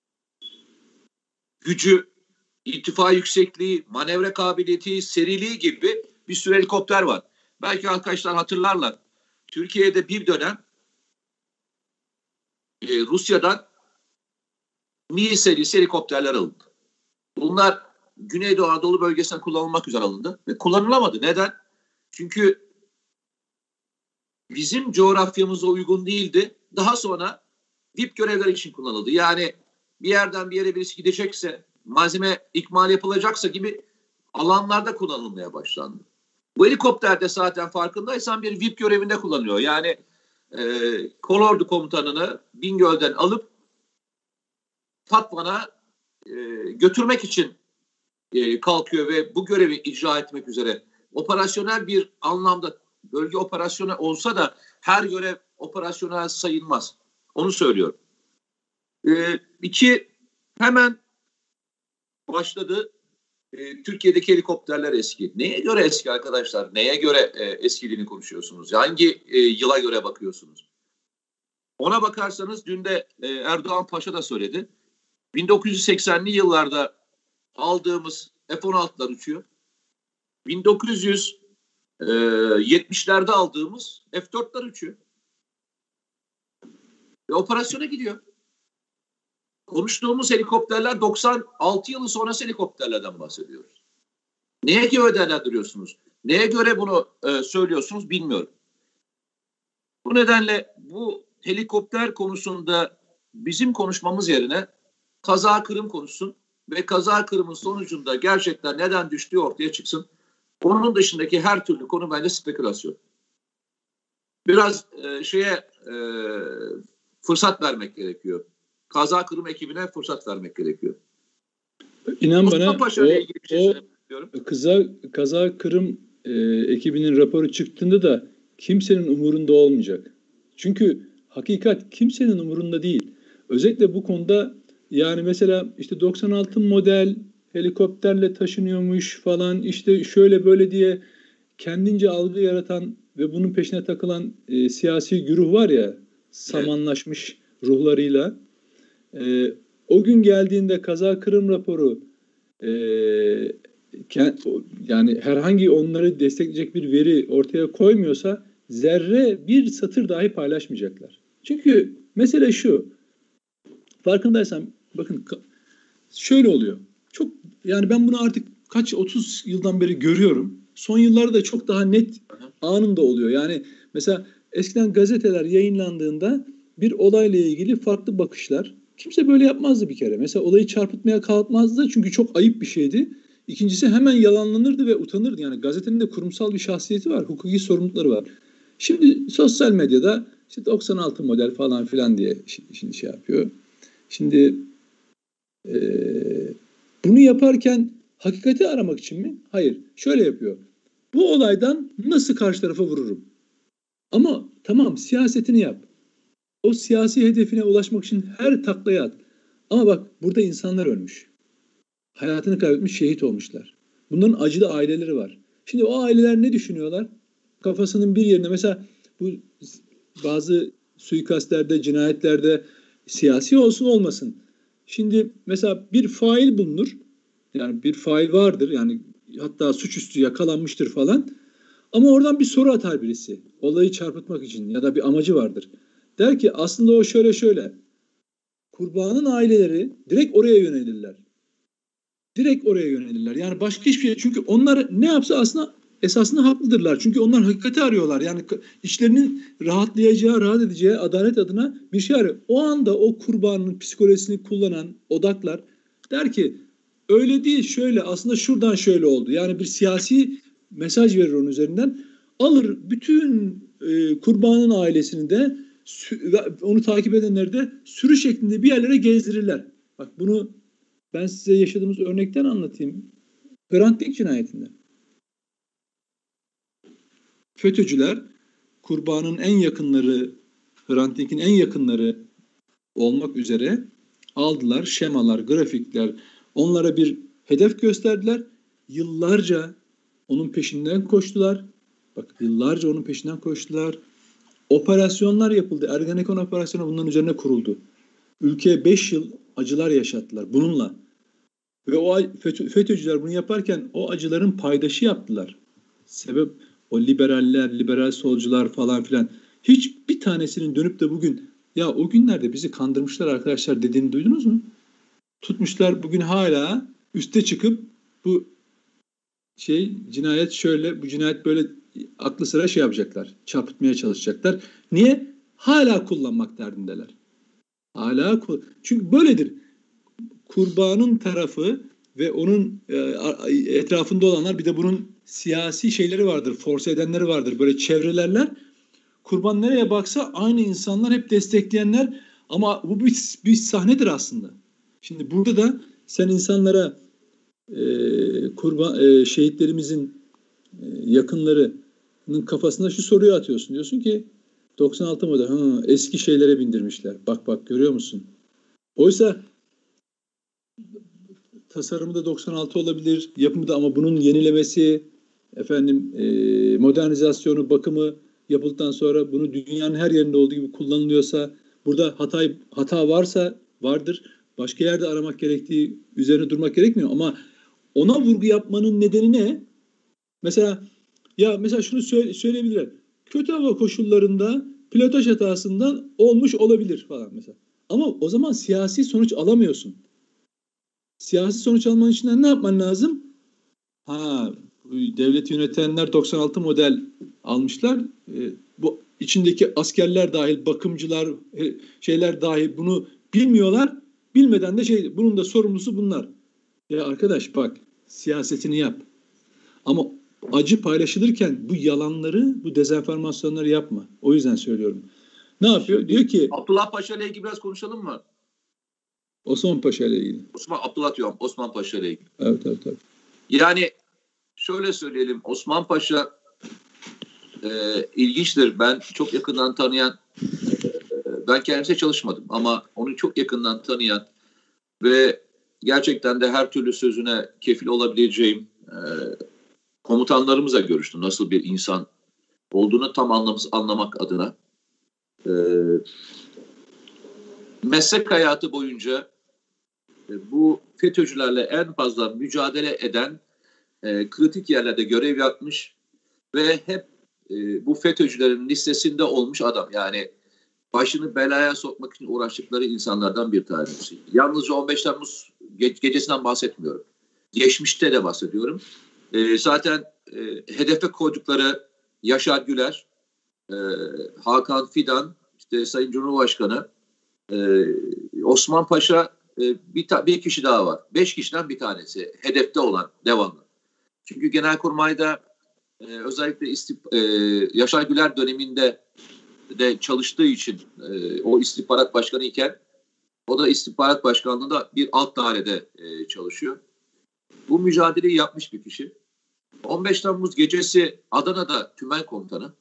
Gücü, irtifa yüksekliği, manevra kabiliyeti, seriliği gibi bir sürü helikopter var. Belki arkadaşlar hatırlarlar. Türkiye'de bir dönem e, Rusya'dan Mi serisi helikopterler alındı. Bunlar Güneydoğu Anadolu bölgesinde kullanılmak üzere alındı ve kullanılamadı. Neden? Çünkü bizim coğrafyamıza uygun değildi. Daha sonra V I P görevler için kullanıldı. Yani bir yerden bir yere birisi gidecekse, malzeme ikmal yapılacaksa gibi alanlarda kullanılmaya başlandı. Bu helikopter de zaten farkındaysan bir V I P görevinde kullanılıyor. Yani e, kolordu komutanını Bingöl'den alıp Tatvan'a e, götürmek için e, kalkıyor ve bu görevi icra etmek üzere. Operasyonel bir anlamda bölge operasyonu olsa da her görev operasyonel sayılmaz. Onu söylüyorum. E, iki, hemen başladı. E, Türkiye'deki helikopterler eski. Neye göre eski arkadaşlar? Neye göre e, eskiliğini konuşuyorsunuz? Hangi e, yıla göre bakıyorsunuz? Ona bakarsanız dün de e, Erdoğan Paşa da söyledi. bin dokuz yüz seksenli yıllarda aldığımız F on altılar uçuyor. bin dokuz yüz yetmişlerde aldığımız F dörtler uçuyor. Ve operasyona gidiyor. Konuştuğumuz helikopterler doksan altı yılı sonrası helikopterlerden bahsediyoruz. Neye göre değerlendiriyorsunuz? Neye göre bunu e, söylüyorsunuz bilmiyorum. Bu nedenle bu helikopter konusunda bizim konuşmamız yerine kaza kırım konuşsun ve kaza kırımın sonucunda gerçekten neden düştüğü ortaya çıksın. Onun dışındaki her türlü konu bence spekülasyon. Biraz e, şeye e, fırsat vermek gerekiyor. Kaza kırım ekibine fırsat vermek gerekiyor. İnan bana o, şey o kaza, kaza kırım e, ekibinin raporu çıktığında da kimsenin umurunda olmayacak. Çünkü hakikat kimsenin umurunda değil. Özellikle bu konuda yani mesela işte doksan altı model helikopterle taşınıyormuş falan işte şöyle böyle diye kendince algı yaratan ve bunun peşine takılan e, siyasi güruh var ya samanlaşmış ruhlarıyla. E, o gün geldiğinde kaza kırım raporu e, yani herhangi onları destekleyecek bir veri ortaya koymuyorsa zerre bir satır dahi paylaşmayacaklar. Çünkü mesele şu, farkındaysan bakın şöyle oluyor. Çok yani ben bunu artık kaç otuz yıldan beri görüyorum. Son yıllarda çok daha net anında oluyor. Yani mesela eskiden gazeteler yayınlandığında bir olayla ilgili farklı bakışlar. Kimse böyle yapmazdı bir kere. Mesela olayı çarpıtmaya kalkmazdı çünkü çok ayıp bir şeydi. İkincisi hemen yalanlanırdı ve utanırdı. Yani gazetenin de kurumsal bir şahsiyeti var, hukuki sorumlulukları var. Şimdi sosyal medyada işte doksan altı model falan filan diye şimdi şey yapıyor. Şimdi e, bunu yaparken hakikati aramak için mi? Hayır. Şöyle yapıyor. Bu olaydan nasıl karşı tarafa vururum? Ama tamam siyasetini yap. O siyasi hedefine ulaşmak için her taklaya at. Ama bak burada insanlar ölmüş. Hayatını kaybetmiş, şehit olmuşlar. Bunların acılı aileleri var. Şimdi o aileler ne düşünüyorlar? Kafasının bir yerine mesela bu bazı suikastlerde, cinayetlerde siyasi olsun olmasın. Şimdi mesela bir fail bulunur. Yani bir fail vardır. Yani hatta suçüstü yakalanmıştır falan. Ama oradan bir soru atar birisi. Olayı çarpıtmak için ya da bir amacı vardır. Der ki aslında o şöyle şöyle. Kurbanın aileleri direkt oraya yönelirler. Direkt oraya yönelirler. Yani başka hiçbir şey. Çünkü onlar ne yapsa aslında esasında haklıdırlar. Çünkü onlar hakikati arıyorlar. Yani içlerinin rahatlayacağı, rahat edeceği adalet adına bir şey arıyor. O anda o kurbanın psikolojisini kullanan odaklar der ki öyle değil şöyle aslında şuradan şöyle oldu. Yani bir siyasi mesaj verir onun üzerinden. Alır bütün e, kurbanın ailesini de onu takip edenleri de sürü şeklinde bir yerlere gezdirirler. Bak bunu Ben size yaşadığımız örnekten anlatayım. Hrant Dink cinayetinde. FETÖ'cüler kurbanın en yakınları, Hrant Dink'in en yakınları olmak üzere aldılar. Şemalar, grafikler, onlara bir hedef gösterdiler. Yıllarca onun peşinden koştular. Bak yıllarca onun peşinden koştular. Operasyonlar yapıldı. Ergenekon operasyonu bunların üzerine kuruldu. Ülkeye beş yıl acılar yaşattılar bununla. Ve o FETÖ, FETÖ'cüler bunu yaparken o acıların paydaşı yaptılar. Sebep o liberaller, liberal solcular falan filan. Hiçbir tanesinin dönüp de bugün ya o günlerde bizi kandırmışlar arkadaşlar dediğini duydunuz mu? Tutmuşlar bugün hala üste çıkıp bu şey cinayet şöyle, bu cinayet böyle aklı sıra şey yapacaklar. Çarpıtmaya çalışacaklar. Niye? Hala kullanmak derdindeler. Hala çünkü böyledir. Kurbanın tarafı ve onun e, etrafında olanlar bir de bunun siyasi şeyleri vardır. Force edenleri vardır. Böyle çevrelerler. Kurban nereye baksa aynı insanlar hep destekleyenler ama bu bir, bir sahnedir aslında. Şimdi burada da sen insanlara e, kurban e, şehitlerimizin e, yakınlarının kafasına şu soruyu atıyorsun. Diyorsun ki doksan altı model ha, eski şeylere bindirmişler. Bak bak görüyor musun? Oysa tasarımı da doksan altı olabilir, yapımı da ama bunun yenilemesi, efendim e, modernizasyonu, bakımı yapıldıktan sonra bunu dünyanın her yerinde olduğu gibi kullanılıyorsa, burada hata hata varsa vardır. Başka yerde aramak gerektiği üzerine durmak gerekmiyor ama ona vurgu yapmanın nedeni ne? Mesela ya mesela şunu söyle, söyleyebilirler. Kötü hava koşullarında pilotaj hatasından olmuş olabilir falan mesela. Ama o zaman siyasi sonuç alamıyorsun. Siyasi sonuç alman için ne yapman lazım? Ha, devleti yönetenler doksan altı model almışlar. E, bu içindeki askerler dahil, bakımcılar, e, şeyler dahil bunu bilmiyorlar. Bilmeden de şey, bunun da sorumlusu bunlar. Ya arkadaş bak, siyasetini yap. Ama acı paylaşılırken bu yalanları, bu dezenformasyonları yapma. O yüzden söylüyorum. Ne yapıyor? Diyor ki Abdullah Paşa ile ilgili biraz konuşalım mı? Osman Paşa ile ilgili. Osman Abdullah diyorum. Osman Paşa ile ilgili. Evet, evet, evet. Yani şöyle söyleyelim. Osman Paşa e, ilginçtir. Ben çok yakından tanıyan, e, ben kendisiyle çalışmadım ama onu çok yakından tanıyan ve gerçekten de her türlü sözüne kefil olabileceğim e, komutanlarımızla görüştüm. Nasıl bir insan olduğunu tam anlamız, anlamak adına. E, meslek hayatı boyunca e, bu FETÖ'cülerle en fazla mücadele eden e, kritik yerlerde görev yapmış ve hep e, bu FETÖ'cülerin listesinde olmuş adam. Yani başını belaya sokmak için uğraştıkları insanlardan bir tanesi. Yalnızca on beş Temmuz ge- gecesinden bahsetmiyorum. Geçmişte de bahsediyorum. E, zaten e, hedefe koydukları Yaşar Güler, e, Hakan Fidan, işte Sayın Cumhurbaşkanı, e, Osman Paşa, e, bir, ta- bir kişi daha var. Beş kişiden bir tanesi hedefte olan devamlı. Çünkü Genelkurmay'da e, özellikle istip, e, Yaşar Güler döneminde de çalıştığı için e, o istihbarat başkanı iken o da istihbarat başkanlığında bir alt dairede e, çalışıyor. Bu mücadeleyi yapmış bir kişi. on beş Temmuz gecesi Adana'da tümen komutanı.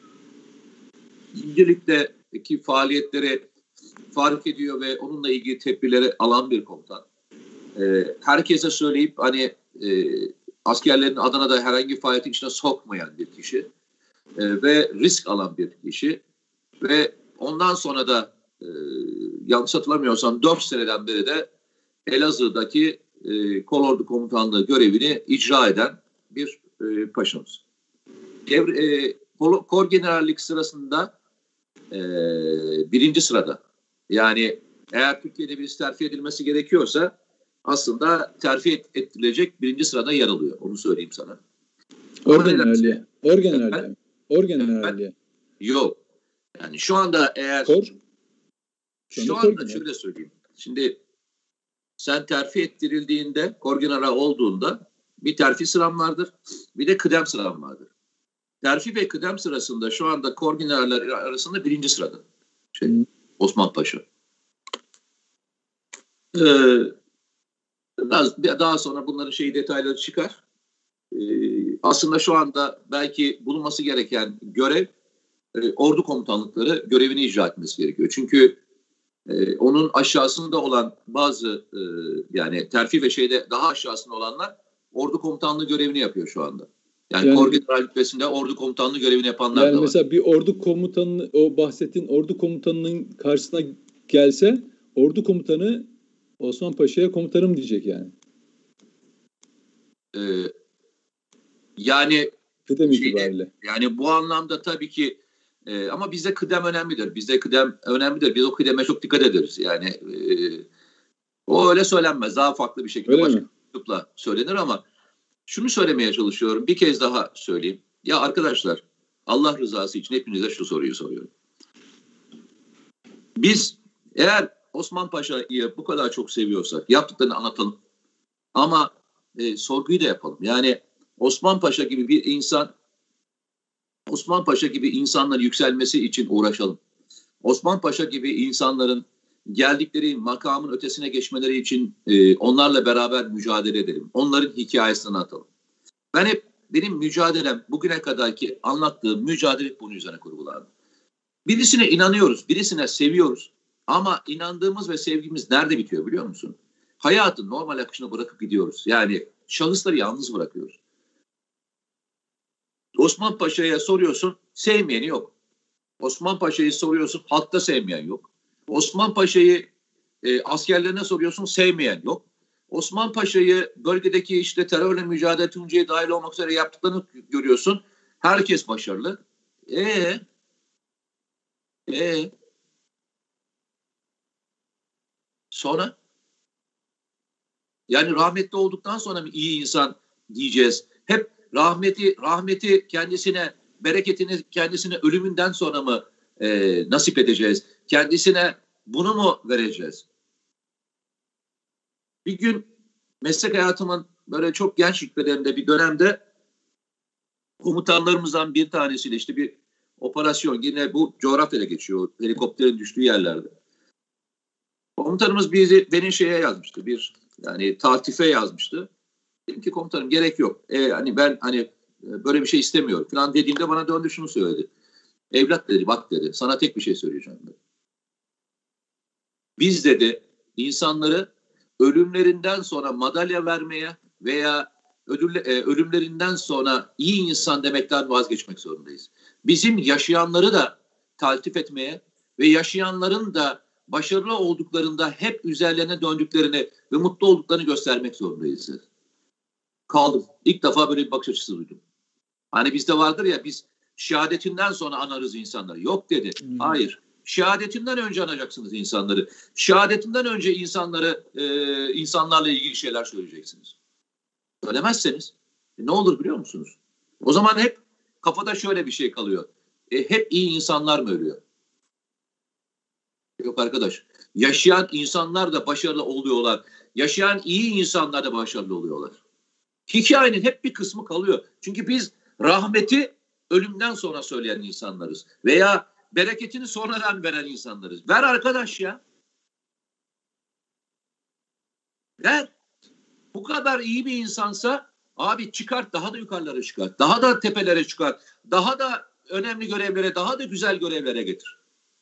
İncirlik'teki faaliyetleri fark ediyor ve onunla ilgili tedbirleri alan bir komutan. E, herkese söyleyip hani e, askerlerin Adana'da herhangi bir faaliyetin içine sokmayan bir kişi e, ve risk alan bir kişi ve ondan sonra da e, yanlış hatırlamıyorsam dört seneden beri de Elazığ'daki e, kolordu komutanlığı görevini icra eden bir e, paşamız. Devr, e, kol, kor generallik sırasında e, birinci sırada. Yani eğer Türkiye'de birisi terfi edilmesi gerekiyorsa aslında terfi edilecek birinci sırada yer alıyor. Onu söyleyeyim sana. Orgeneralliğe. Orgeneralliğe. Orgeneralliğe. Yok. Yani şu anda eğer Kor. Şu, şu anda kor şöyle söyleyeyim. Şimdi sen terfi ettirildiğinde, korgeneral olduğunda bir terfi sıran vardır, bir de kıdem sıran vardır. Terfi ve kıdem sırasında şu anda korgeneraller arasında birinci sırada. Şey, Osman Paşa. Ee, Biraz daha sonra bunların şeyi detayları çıkar. Ee, aslında şu anda belki bulunması gereken görev e, ordu komutanlıkları görevini icra etmesi gerekiyor. Çünkü e, onun aşağısında olan bazı e, yani terfi ve şeyde daha aşağısında olanlar ordu komutanlığı görevini yapıyor şu anda. Yani, yani Korgeneral rütbesinde ordu komutanlığı görevini yapanlar yani da var. Mesela bir ordu komutanı, o bahsettiğin ordu komutanının karşısına gelse ordu komutanı Osman Paşa'ya komutanım diyecek yani. Ee, yani kıdem itibariyle. Yani bu anlamda tabii ki e, ama bizde kıdem önemlidir. Bizde kıdem önemlidir. Biz o kıdeme çok dikkat ederiz. Yani e, o öyle söylenmez. Daha farklı bir şekilde başka üslupla söylenir ama şunu söylemeye çalışıyorum. Bir kez daha söyleyeyim. Ya arkadaşlar, Allah rızası için hepinize şu soruyu soruyorum. Biz eğer Osman Paşa'yı bu kadar çok seviyorsak yaptıklarını anlatalım. Ama e, sorguyu da yapalım. Yani Osman Paşa gibi bir insan, Osman Paşa gibi insanların yükselmesi için uğraşalım. Osman Paşa gibi insanların geldikleri makamın ötesine geçmeleri için e, onlarla beraber mücadele edelim. Onların hikayesini atalım. Ben hep benim mücadelem bugüne kadarki anlattığım mücadele bunun üzerine kurgulandı. Birisine inanıyoruz, birisine seviyoruz. Ama inandığımız ve sevgimiz nerede bitiyor biliyor musun? Hayatın normal akışını bırakıp gidiyoruz. Yani şahısları yalnız bırakıyoruz. Osman Paşa'ya soruyorsun, sevmeyeni yok. Osman Paşa'yı soruyorsun, halkta sevmeyen yok. Osman Paşa'yı e, askerlerine soruyorsun, sevmeyen yok. Osman Paşa'yı bölgedeki işte terörle mücadele Tuncay'a dahil olmak üzere yaptıklarını görüyorsun. Herkes başarılı. Eee? Eee? Sonra? Yani rahmetli olduktan sonra mı iyi insan diyeceğiz? Hep rahmeti rahmeti kendisine, bereketini kendisine ölümünden sonra mı e, nasip edeceğiz? Kendisine bunu mu vereceğiz? Bir gün meslek hayatımın böyle çok genç yüklerinde bir dönemde komutanlarımızdan bir tanesiyle işte bir operasyon, yine bu coğrafyada geçiyor, helikopterin düştüğü yerlerde. Komutanımız bizi benim şeye yazmıştı, bir yani tahtife yazmıştı. Dedim ki komutanım gerek yok. E, hani ben hani böyle bir şey istemiyorum falan dediğimde bana döndü şunu söyledi. Evlat dedi, bak dedi, sana tek bir şey söyleyeceğim dedi. Biz dedi insanları ölümlerinden sonra madalya vermeye veya ödülle, e, ölümlerinden sonra iyi insan demekten vazgeçmek zorundayız. Bizim yaşayanları da taltif etmeye ve yaşayanların da başarılı olduklarında hep üzerlerine döndüklerini ve mutlu olduklarını göstermek zorundayız. Kaldım. İlk defa böyle bir bakış açısı duydum. Hani bizde vardır ya, biz şehadetinden sonra anarız insanları. Yok dedi. Hmm. Hayır. Şehadetinden önce anacaksınız insanları. Şehadetinden önce insanları, e, insanlarla ilgili şeyler söyleyeceksiniz. Söylemezseniz e, ne olur biliyor musunuz? O zaman hep kafada şöyle bir şey kalıyor. E, hep iyi insanlar mı ölüyor? Yok arkadaş. Yaşayan insanlar da başarılı oluyorlar. Yaşayan iyi insanlar da başarılı oluyorlar. Hikayenin hep bir kısmı kalıyor. Çünkü biz rahmeti ölümden sonra söyleyen insanlarız. Veya bereketini sonradan veren insanlarız. Ver arkadaş ya. Ver. Bu kadar iyi bir insansa abi çıkart, daha da yukarılara çıkart. Daha da tepelere çıkart. Daha da önemli görevlere, daha da güzel görevlere getir.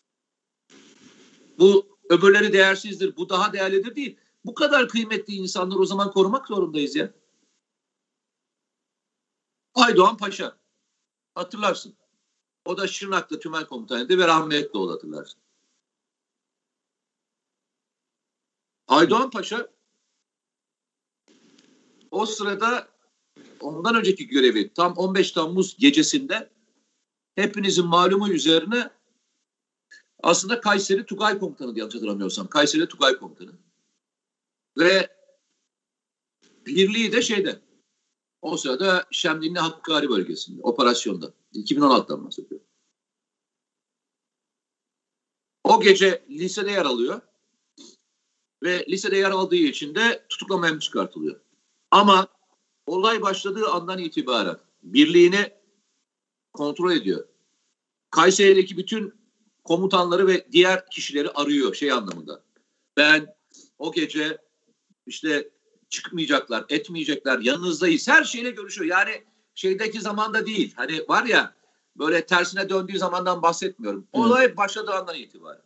Bu öbürleri değersizdir, bu daha değerlidir değil. Bu kadar kıymetli insanları o zaman korumak zorundayız ya. Aydoğan Paşa. Hatırlarsın. O da Şırnak'ta tümel komutanıydı ve rahmetli oldu, hatırlarsın. Aydoğan Paşa o sırada ondan önceki görevi tam on beş Temmuz gecesinde hepinizin malumu üzerine aslında Kayseri Tugay Komutanı diye hatırlamıyorsam. Kayseri Tugay Komutanı. Ve birliği de şeyde o sırada Şemdinli Hakkari bölgesinde, operasyonda. iki bin on altıdan bahsediyorum. O gece lisede yer alıyor. Ve lisede yer aldığı için de tutuklama emri çıkartılıyor. Ama olay başladığı andan itibaren birliğini kontrol ediyor. Kayseri'deki bütün komutanları ve diğer kişileri arıyor şey anlamında. Ben o gece işte çıkmayacaklar, etmeyecekler, yanınızdayız. Her şeyle görüşüyor. Yani şeydeki zamanda değil. Hani var ya böyle tersine döndüğü zamandan bahsetmiyorum. Olay başladığı andan itibaren.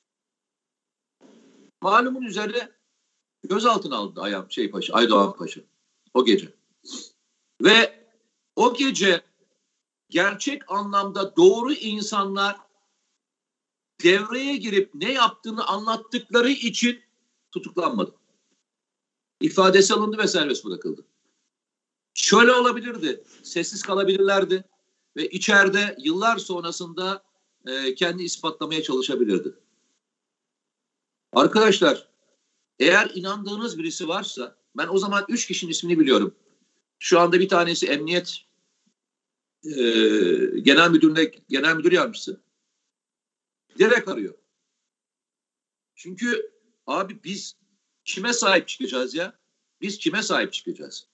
Malumun üzerine gözaltına alındı Ayam şey Paşa, Aydoğan Paşa o gece. Ve o gece gerçek anlamda doğru insanlar devreye girip ne yaptığını anlattıkları için tutuklanmadı. İfadesi alındı ve serbest bırakıldı. Şöyle olabilirdi, sessiz kalabilirlerdi ve içeride yıllar sonrasında e, kendi ispatlamaya çalışabilirdi. Arkadaşlar, eğer inandığınız birisi varsa, ben o zaman üç kişinin ismini biliyorum. Şu anda bir tanesi Emniyet e, Genel Müdürlüğü'nde Genel Müdür Yardımcısı. Direkt arıyor. Çünkü abi biz kime sahip çıkacağız ya? Biz kime sahip çıkacağız?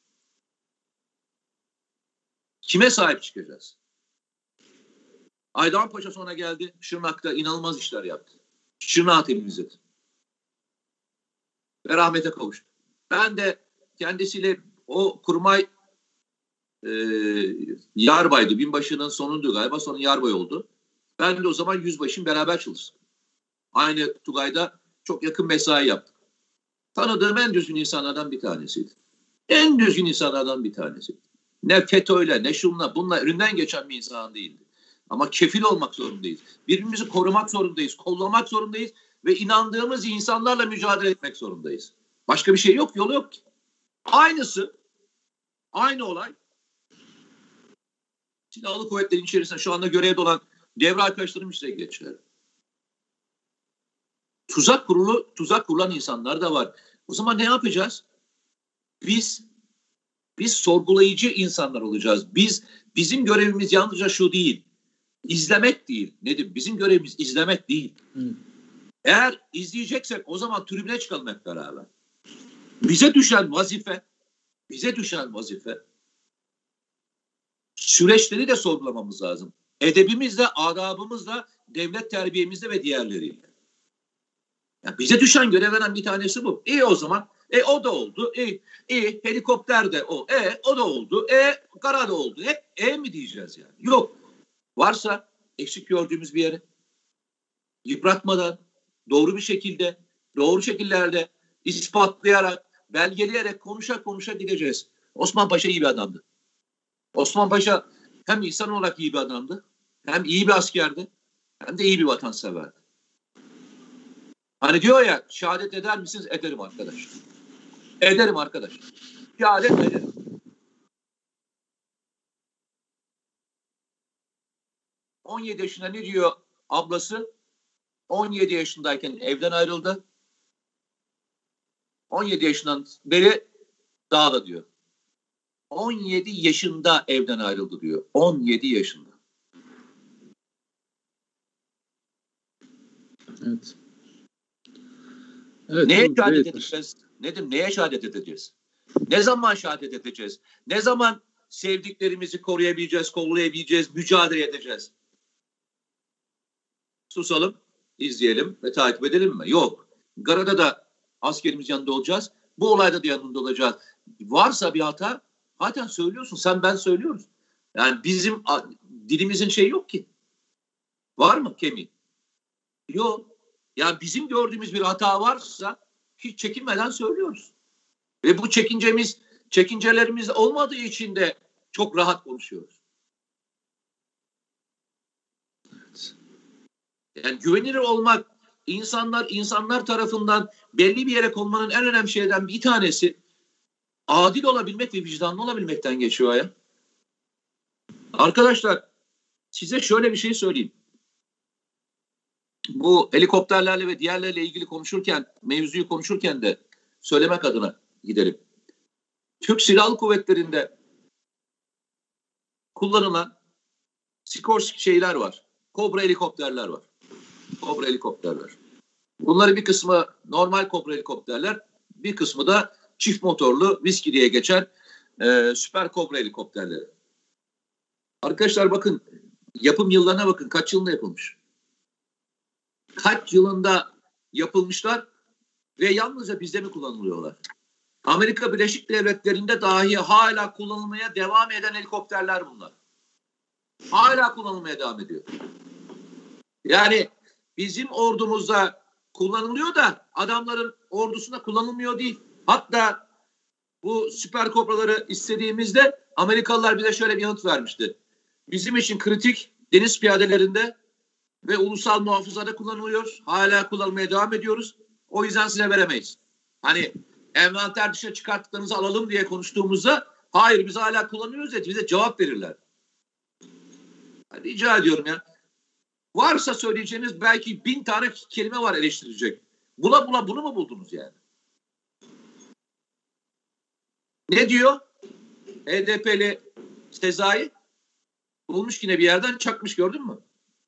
Kime sahip çıkacağız? Aydoğan Paşa sonra geldi. Şırnak'ta inanılmaz işler yaptı. Şırnak'ı temizledi. Ve rahmete kavuştu. Ben de kendisiyle o kurmay e, yarbaydı. Binbaşının sonundu galiba. Sonra yarbay oldu. Ben de o zaman yüzbaşım beraber çalıştık. Aynı Tugay'da çok yakın mesai yaptık. Tanıdığım en düzgün insanlardan bir tanesiydi. En düzgün insanlardan bir tanesiydi. Ne FETÖ'yle ne şunla bununla önünden geçen bir insan değildi. Ama kefil olmak zorundayız. Birbirimizi korumak zorundayız. Kollamak zorundayız. Ve inandığımız insanlarla mücadele etmek zorundayız. Başka bir şey yok. Yolu yok ki. Aynısı. Aynı olay. Silahlı kuvvetlerin içerisinde şu anda görevde olan devre arkadaşlarım işte geçiyor. Tuzak kurulu, tuzak kurulan insanlar da var. O zaman ne yapacağız? Biz biz sorgulayıcı insanlar olacağız. Biz bizim görevimiz yalnızca şu değil. İzlemek değil. Nedir? Bizim görevimiz izlemek değil. Hı. Eğer izleyeceksek o zaman tribüne çıkalım hep beraber. Bize düşen vazife, bize düşen vazife süreçleri de sorgulamamız lazım. Edebimizle, adabımızla, devlet terbiyemizle ve diğerleriyle. Yani bize düşen görevlerden bir tanesi bu. İyi o zaman. E o da oldu. İyi, iyi. Helikopter de o. E o da oldu. E kara da oldu. Hep e mi diyeceğiz yani? Yok. Varsa eksik gördüğümüz bir yere yıpratmadan, doğru bir şekilde, doğru şekillerde ispatlayarak, belgeleyerek, konuşa konuşa gideceğiz. Osman Paşa iyi bir adamdı. Osman Paşa hem insan olarak iyi bir adamdı, hem iyi bir askerdi, hem de iyi bir vatanseverdi. Hani diyor ya, şehadet eder misiniz? Ederim arkadaş. Ederim arkadaş. Şehadet ederim. on yedi yaşında ne diyor ablası? on yedi yaşındayken evden ayrıldı. on yedi yaşından beri dağda diyor. on yedi yaşında evden ayrıldı diyor. on yedi yaşında. Evet. Evet, neye şehadet evet. edeceğiz? Nedir? Neye şehadet edeceğiz? Ne zaman şehadet edeceğiz? Ne zaman sevdiklerimizi koruyabileceğiz, kollayabileceğiz, mücadele edeceğiz? Susalım, izleyelim ve takip edelim mi? Yok. Garada da askerimiz yanında olacağız. Bu olayda da yanında olacağız. Varsa bir hata, zaten söylüyorsun. Sen ben söylüyoruz. Yani bizim dilimizin şeyi yok ki. Var mı kemiği? Yok. Yani bizim gördüğümüz bir hata varsa hiç çekinmeden söylüyoruz. Ve bu çekincemiz, çekincelerimiz olmadığı için de çok rahat konuşuyoruz. Yani güvenilir olmak, insanlar insanlar tarafından belli bir yere konmanın en önemli şeylerden bir tanesi adil olabilmek ve vicdanlı olabilmekten geçiyor ya. Arkadaşlar, size şöyle bir şey söyleyeyim. Bu helikopterlerle ve diğerlerle ilgili konuşurken, mevzuyu konuşurken de söylemek adına gidelim. Türk Silahlı Kuvvetleri'nde kullanılan Sikorsky şeyler var. Kobra helikopterler var. Kobra helikopterler. Bunların bir kısmı normal Kobra helikopterler, bir kısmı da çift motorlu Viski diye geçen e, süper Kobra helikopterleri. Arkadaşlar bakın, yapım yıllarına bakın, kaç yılında yapılmış. Kaç yılında yapılmışlar ve yalnızca bizde mi kullanılıyorlar? Amerika Birleşik Devletleri'nde dahi hala kullanılmaya devam eden helikopterler bunlar. Hala kullanılmaya devam ediyor. Yani bizim ordumuzda kullanılıyor da adamların ordusunda kullanılmıyor değil. Hatta bu süper kobraları istediğimizde Amerikalılar bize şöyle bir yanıt vermişti. Bizim için kritik deniz piyadelerinde ve ulusal muhafızada kullanılıyor. Hala kullanmaya devam ediyoruz. O yüzden size veremeyiz. Hani envanter dışına çıkarttıklarınızı alalım diye konuştuğumuzda hayır biz hala kullanıyoruz diye bize cevap verirler. Yani rica ediyorum ya. Varsa söyleyeceğiniz belki bin tane kelime var eleştirecek. Bula bula bunu mu buldunuz yani? Ne diyor? H D P'li Sezai bulmuş yine bir yerden çakmış, gördün mü?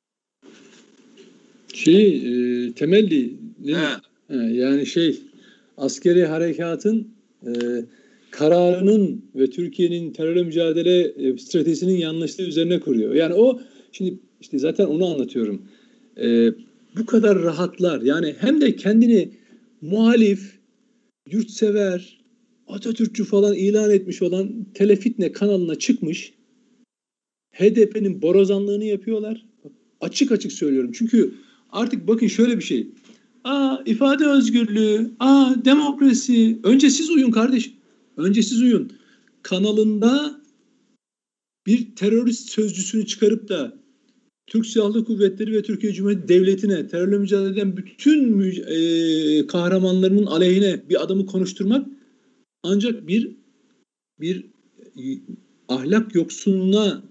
Şey e, temelli ne? He. He, yani şey askeri harekatın e, kararının ve Türkiye'nin terörle mücadele e, stratejisinin yanlışlığı üzerine kuruyor. Yani o şimdi işte zaten onu anlatıyorum. E, bu kadar rahatlar yani hem de kendini muhalif, yurtsever, Atatürkçü falan ilan etmiş olan Telefitne kanalına çıkmış. H D P'nin borazanlığını yapıyorlar. Açık açık söylüyorum. Çünkü artık bakın şöyle bir şey. Aa ifade özgürlüğü, aa demokrasi. Önce siz uyun kardeşim. Önce siz uyun. Kanalında bir terörist sözcüsünü çıkarıp da Türk Silahlı Kuvvetleri ve Türkiye Cumhuriyeti Devleti'ne terörle mücadele eden bütün müc- e, kahramanlarının aleyhine bir adamı konuşturmak ancak bir bir e, ahlak yoksunluğuna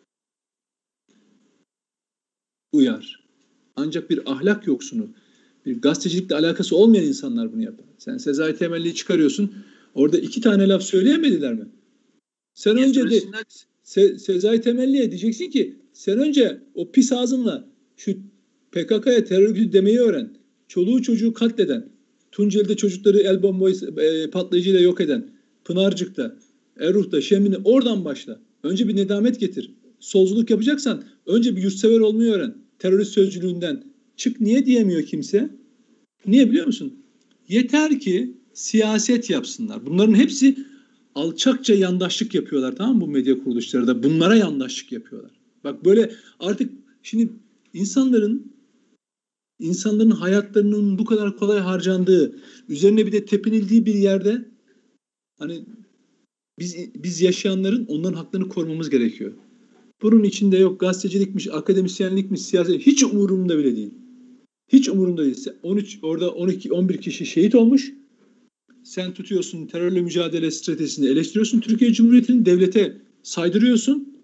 uyar. Ancak bir ahlak yoksunu, bir gazetecilikle alakası olmayan insanlar bunu yapar. Sen Sezai Temelli'yi çıkarıyorsun. Orada iki tane laf söyleyemediler mi? Sen Niye önce de söylesinler? Se- Sezai Temelli'ye diyeceksin ki sen önce o pis ağzınla şu P K K'ya terör örgütü demeyi öğren. Çoluğu çocuğu katleden, Tunceli'de çocukları el bombayı e, patlayıcıyla yok eden, Pınarcık'ta, Erruh'ta, Şemli'de oradan başla. Önce bir nedamet getir. Solculuk yapacaksan önce bir yurtsever olmayı öğren. Terörist sözcülüğünden çık, niye diyemiyor kimse? Niye biliyor musun? Yeter ki siyaset yapsınlar. Bunların hepsi alçakça yandaşlık yapıyorlar, tamam mı, bu medya kuruluşları da bunlara yandaşlık yapıyorlar. Bak böyle artık şimdi insanların insanların hayatlarının bu kadar kolay harcandığı, üzerine bir de tepinildiği bir yerde hani biz biz yaşayanların onların haklarını korumamız gerekiyor. Bunun içinde yok gazetecilikmiş, akademisyenlikmiş, siyaset hiç umurumda bile değil. Hiç umurumda değil. on üç orada on iki on bir kişi şehit olmuş. Sen tutuyorsun terörle mücadele stratejisini eleştiriyorsun. Türkiye Cumhuriyeti'nin devlete saydırıyorsun.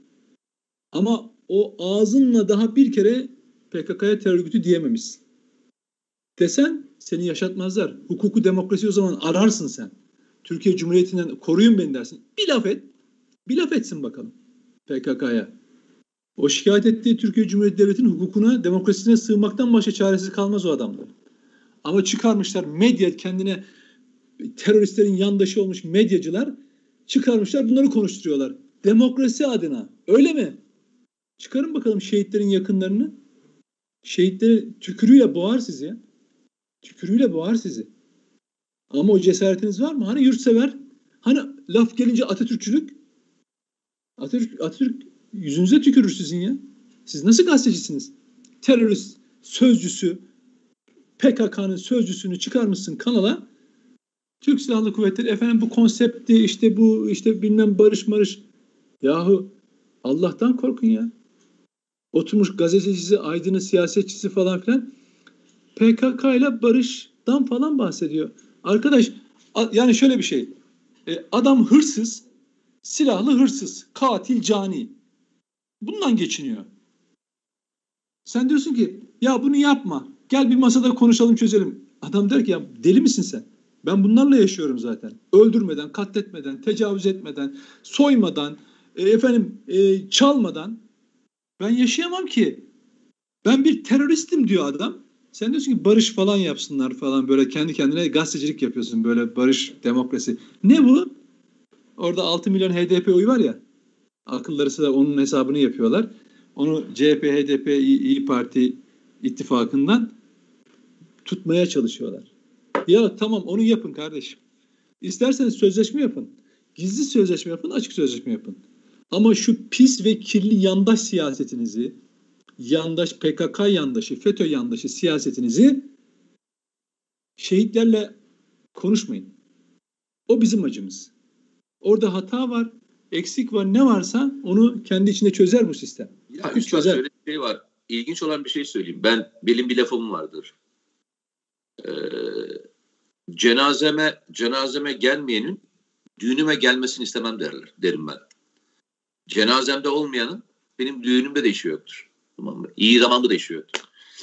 Ama o ağzınla daha bir kere P K K'ya terör örgütü diyememişsin. Desen seni yaşatmazlar. Hukuku, demokrasi o zaman ararsın sen. Türkiye Cumhuriyeti'nden koruyun beni dersin. Bir laf et. Bir laf etsin bakalım P K K'ya. O şikayet ettiği Türkiye Cumhuriyeti Devleti'nin hukukuna, demokrasisine sığınmaktan başka çaresiz kalmaz o adamlar. Ama çıkarmışlar medya kendine teröristlerin yandaşı olmuş medyacılar çıkarmışlar bunları konuşturuyorlar. Demokrasi adına. Öyle mi? Çıkarın bakalım şehitlerin yakınlarını. Şehitleri tükürüğüyle boğar sizi ya. Tükürüğüyle boğar sizi. Ama o cesaretiniz var mı? Hani yurtsever? Hani laf gelince Atatürkçülük? Atatürk, Atatürk yüzünüze tükürür sizin ya. Siz nasıl gazetecisiniz? Terörist sözcüsü P K K'nın sözcüsünü çıkarmışsın kanala. Türk Silahlı Kuvvetleri efendim bu konsepti işte bu işte bilmem barış marış. Yahu Allah'tan korkun ya. Oturmuş gazetecisi, aydını, siyasetçisi falan filan P K K ile barıştan falan bahsediyor. Arkadaş yani şöyle bir şey. E, adam hırsız, silahlı hırsız, katil, cani. Bundan geçiniyor. Sen diyorsun ki ya bunu yapma. Gel bir masada konuşalım çözelim. Adam der ki ya deli misin sen? Ben bunlarla yaşıyorum zaten. Öldürmeden, katletmeden, tecavüz etmeden, soymadan, e, efendim e, çalmadan ben yaşayamam ki. Ben bir teröristim diyor adam. Sen diyorsun ki barış falan yapsınlar falan böyle kendi kendine gazetecilik yapıyorsun böyle barış, demokrasi. Ne bu? Orada altı milyon H D P oyu var ya. Akıllarısı da onun hesabını yapıyorlar. Onu C H P, H D P, İyi, İyi Parti ittifakından tutmaya çalışıyorlar. Ya tamam onu yapın kardeşim. İsterseniz sözleşme yapın. Gizli sözleşme yapın, açık sözleşme yapın. Ama şu pis ve kirli yandaş siyasetinizi, yandaş P K K yandaşı, FETÖ yandaşı siyasetinizi şehitlerle konuşmayın. O bizim acımız. Orada hata var, eksik var, ne varsa onu kendi içinde çözer bu sistem. Ya üstad şöyle bir şey var. İlginç olan bir şey söyleyeyim. Ben benim bir lafım vardır. Ee, cenazeme cenazeme gelmeyenin düğünüme gelmesini istemem derler derim ben. Cenazemde olmayanın benim düğünümde de işi yoktur. Tamam mı? İyi zamanda da işi yoktur.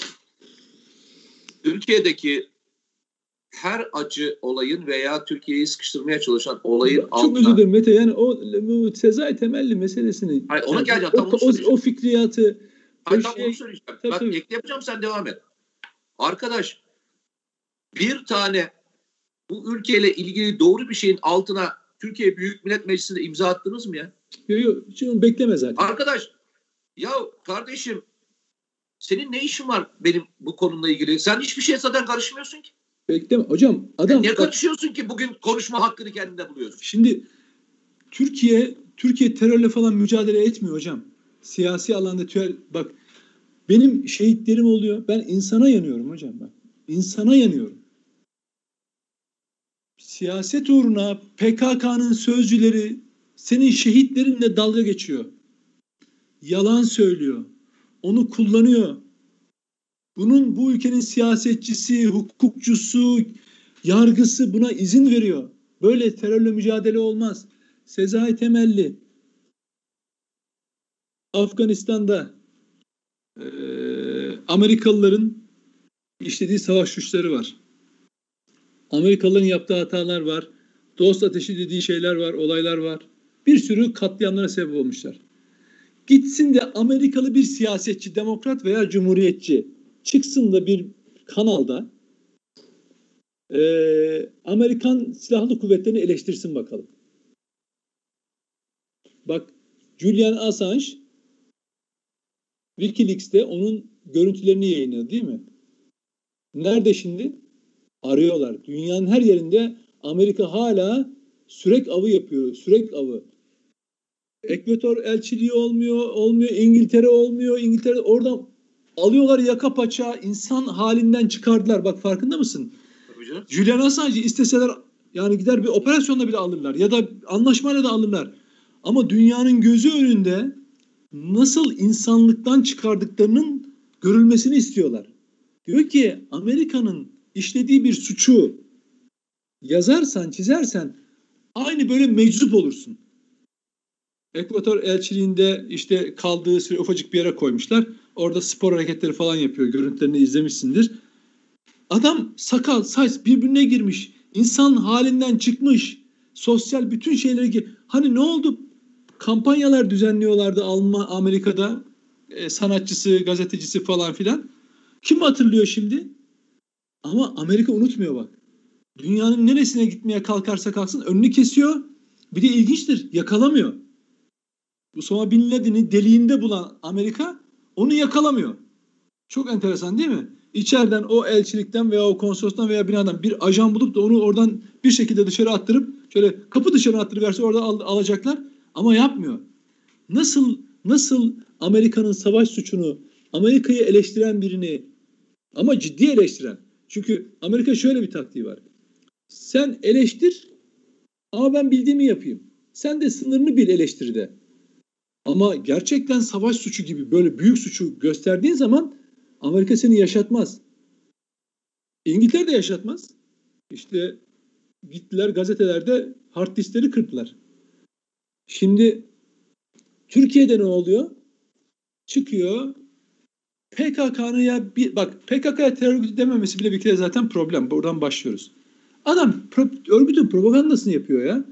Türkiye'deki her acı olayın veya Türkiye'yi sıkıştırmaya çalışan olayın çok altına... Çok özür dilerim Mete. Yani o, o Sezai Temelli meselesini... Hayır, ona yani, geleceğim. O, tam onu o, o fikriyatı... Hayır, o tam şey, onu söyleyeceğim. Tabii, Bak tabii. ekle yapacağım, sen devam et. Arkadaş, bir tane bu ülkeyle ilgili doğru bir şeyin altına Türkiye Büyük Millet Meclisi'nde imza attınız mı ya? Yok yok. Şimdi bekleme zaten. Arkadaş, ya kardeşim senin ne işin var benim bu konumla ilgili? Sen hiçbir şeye zaten karışmıyorsun ki. Bekleme. Hocam adam... Niye karışıyorsun ki bugün konuşma hakkını kendinde buluyorsun? Şimdi Türkiye Türkiye terörle falan mücadele etmiyor hocam. Siyasi alanda terör... Bak benim şehitlerim oluyor. Ben insana yanıyorum hocam. Bak. İnsana yanıyorum. Siyaset uğruna P K K'nın sözcüleri senin şehitlerinle dalga geçiyor. Yalan söylüyor. Onu kullanıyor. Bunun bu ülkenin siyasetçisi, hukukçusu, yargısı buna izin veriyor. Böyle terörle mücadele olmaz. Sezai Temelli Afganistan'da e, Amerikalıların işlediği savaş suçları var. Amerikalıların yaptığı hatalar var. Dost ateşi dediği şeyler var, olaylar var. Bir sürü katliamlara sebep olmuşlar. Gitsin de Amerikalı bir siyasetçi, demokrat veya cumhuriyetçi çıksın da bir kanalda e, Amerikan Silahlı Kuvvetleri'ni eleştirsin bakalım. Bak Julian Assange Wikileaks'te onun görüntülerini yayınladı değil mi? Nerede şimdi? Arıyorlar. Dünyanın her yerinde Amerika hala sürek avı yapıyor. Sürek avı. Ekvator elçiliği olmuyor, olmuyor. İngiltere olmuyor. İngiltere oradan alıyorlar yaka paça, insan halinden çıkardılar. Bak farkında mısın? Julian Assange'i isteseler yani gider bir operasyonla bile alırlar ya da anlaşmayla da alırlar. Ama dünyanın gözü önünde nasıl insanlıktan çıkardıklarının görülmesini istiyorlar. Diyor ki Amerika'nın işlediği bir suçu yazarsan, çizersen aynı böyle meczup olursun. Ekvator elçiliğinde işte kaldığı süre ufacık bir yere koymuşlar. Orada spor hareketleri falan yapıyor. Görüntülerini izlemişsindir. Adam sakal, saç birbirine girmiş. İnsan halinden çıkmış. Sosyal bütün şeyleri... Hani ne oldu? Kampanyalar düzenliyorlardı Alman, Amerika'da. E, sanatçısı, gazetecisi falan filan. Kim hatırlıyor şimdi? Ama Amerika unutmuyor bak. Dünyanın neresine gitmeye kalkarsa kalksın önünü kesiyor. Bir de ilginçtir, yakalamıyor. Osama Bin Laden'i deliğinde bulan Amerika onu yakalamıyor. Çok enteresan değil mi? İçeriden o elçilikten veya o konsolostan veya binadan bir ajan bulup da onu oradan bir şekilde dışarı attırıp şöyle kapı dışarı attırıverse orada al, alacaklar ama yapmıyor. Nasıl nasıl Amerika'nın savaş suçunu, Amerika'yı eleştiren birini ama ciddi eleştiren. Çünkü Amerika şöyle bir taktiği var. Sen eleştir ama ben bildiğimi yapayım. Sen de sınırını bil eleştiride. Ama gerçekten savaş suçu gibi böyle büyük suçu gösterdiğin zaman Amerika seni yaşatmaz. İngiltere de yaşatmaz. İşte gittiler gazetelerde hard diskleri kırdılar. Şimdi Türkiye'de ne oluyor? Çıkıyor P K K'nın ya bir bak P K K'ya terör örgütü dememesi bile bir kere zaten problem. Buradan başlıyoruz. Adam pro, örgütün propagandasını yapıyor ya.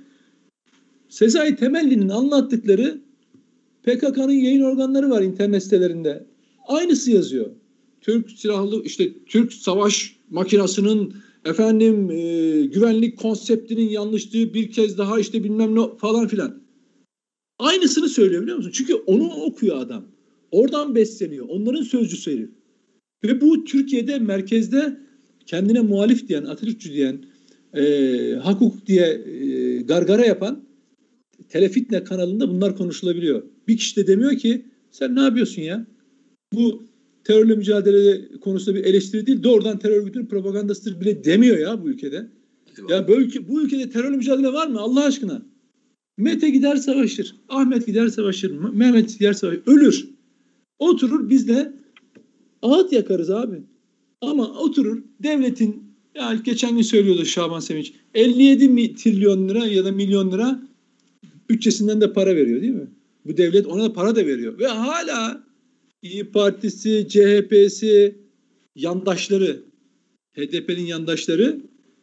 Sezai Temelli'nin anlattıkları P K K'nın yayın organları var internet sitelerinde. Aynısı yazıyor. Türk silahlı işte Türk savaş makinasının efendim e, güvenlik konseptinin yanlışlığı bir kez daha işte bilmem ne falan filan. Aynısını söylüyor biliyor musun? Çünkü onu okuyor adam. Oradan besleniyor. Onların sözcüsü herif. Ve bu Türkiye'de merkezde kendine muhalif diyen, Atatürkçü diyen e, hak hukuk diye e, gargara yapan Telefitne kanalında bunlar konuşulabiliyor. Bir kişi de demiyor ki sen ne yapıyorsun ya? Bu terörle mücadele konusunda bir eleştiri değil, doğrudan terör örgütünün propagandasıdır bile demiyor ya bu ülkede. Eyvallah. Ya bu, ülke, bu ülkede terörle mücadele var mı Allah aşkına? Mete gider savaşır, Ahmet gider savaşır, Mehmet gider savaşır, ölür. Oturur biz de ağıt yakarız abi. Ama oturur devletin, ya geçen gün söylüyordu Şaban Sevinç, elli yedi trilyon lira ya da milyon lira bütçesinden de para veriyor değil mi? Bu devlet ona da para da veriyor. Ve hala İYİ Partisi, C H P'si, yandaşları, H D P'nin yandaşları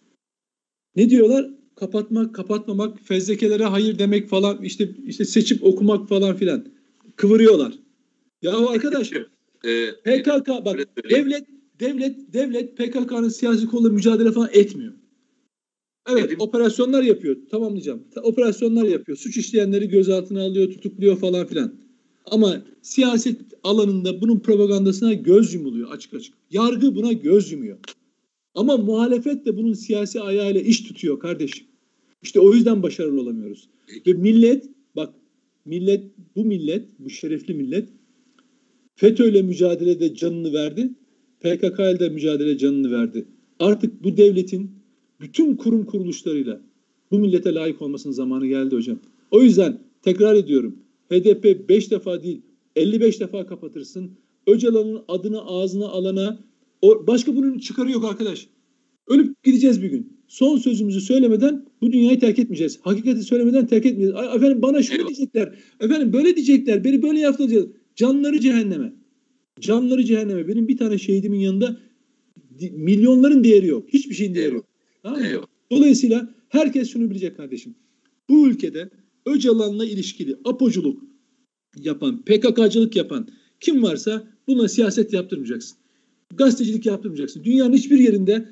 ne diyorlar? Kapatmak, kapatmamak, fezlekelere hayır demek falan, işte işte seçip okumak falan filan. Kıvırıyorlar. Ya arkadaş ee, P K K bak devlet devlet devlet P K K'nın siyasi kolla mücadele falan etmiyor. Evet, Dedim. operasyonlar yapıyor. Tamamlayacağım. Operasyonlar yapıyor. Suç işleyenleri gözaltına alıyor, tutukluyor falan filan. Ama siyaset alanında bunun propagandasına göz yumuluyor açık açık. Yargı buna göz yumuyor. Ama muhalefet de bunun siyasi ayağıyla iş tutuyor kardeşim. İşte o yüzden başarılı olamıyoruz. Ve millet, bak millet, bu millet, bu şerefli millet FETÖ'yle mücadelede canını verdi. P K K ile de mücadele canını verdi. Artık bu devletin bütün kurum kuruluşlarıyla bu millete layık olmasının zamanı geldi hocam. O yüzden tekrar ediyorum. H D P beş defa değil elli beş defa kapatırsın. Öcalan'ın adını ağzına alana o, başka bunun çıkarı yok arkadaş. Ölüp gideceğiz bir gün. Son sözümüzü söylemeden bu dünyayı terk etmeyeceğiz. Hakikati söylemeden terk etmeyeceğiz. Ay, efendim bana şöyle diyecekler. Efendim böyle diyecekler. Beni böyle yaptıracağız. Canları cehenneme. Canları cehenneme. Benim bir tane şehidimin yanında milyonların değeri yok. Hiçbir şeyin değeri yok. Tamam mı? Dolayısıyla herkes şunu bilecek kardeşim. Bu ülkede Öcalan'la ilişkili apoculuk yapan, P K K'cılık yapan kim varsa buna siyaset yaptırmayacaksın. Gazetecilik yaptırmayacaksın. Dünyanın hiçbir yerinde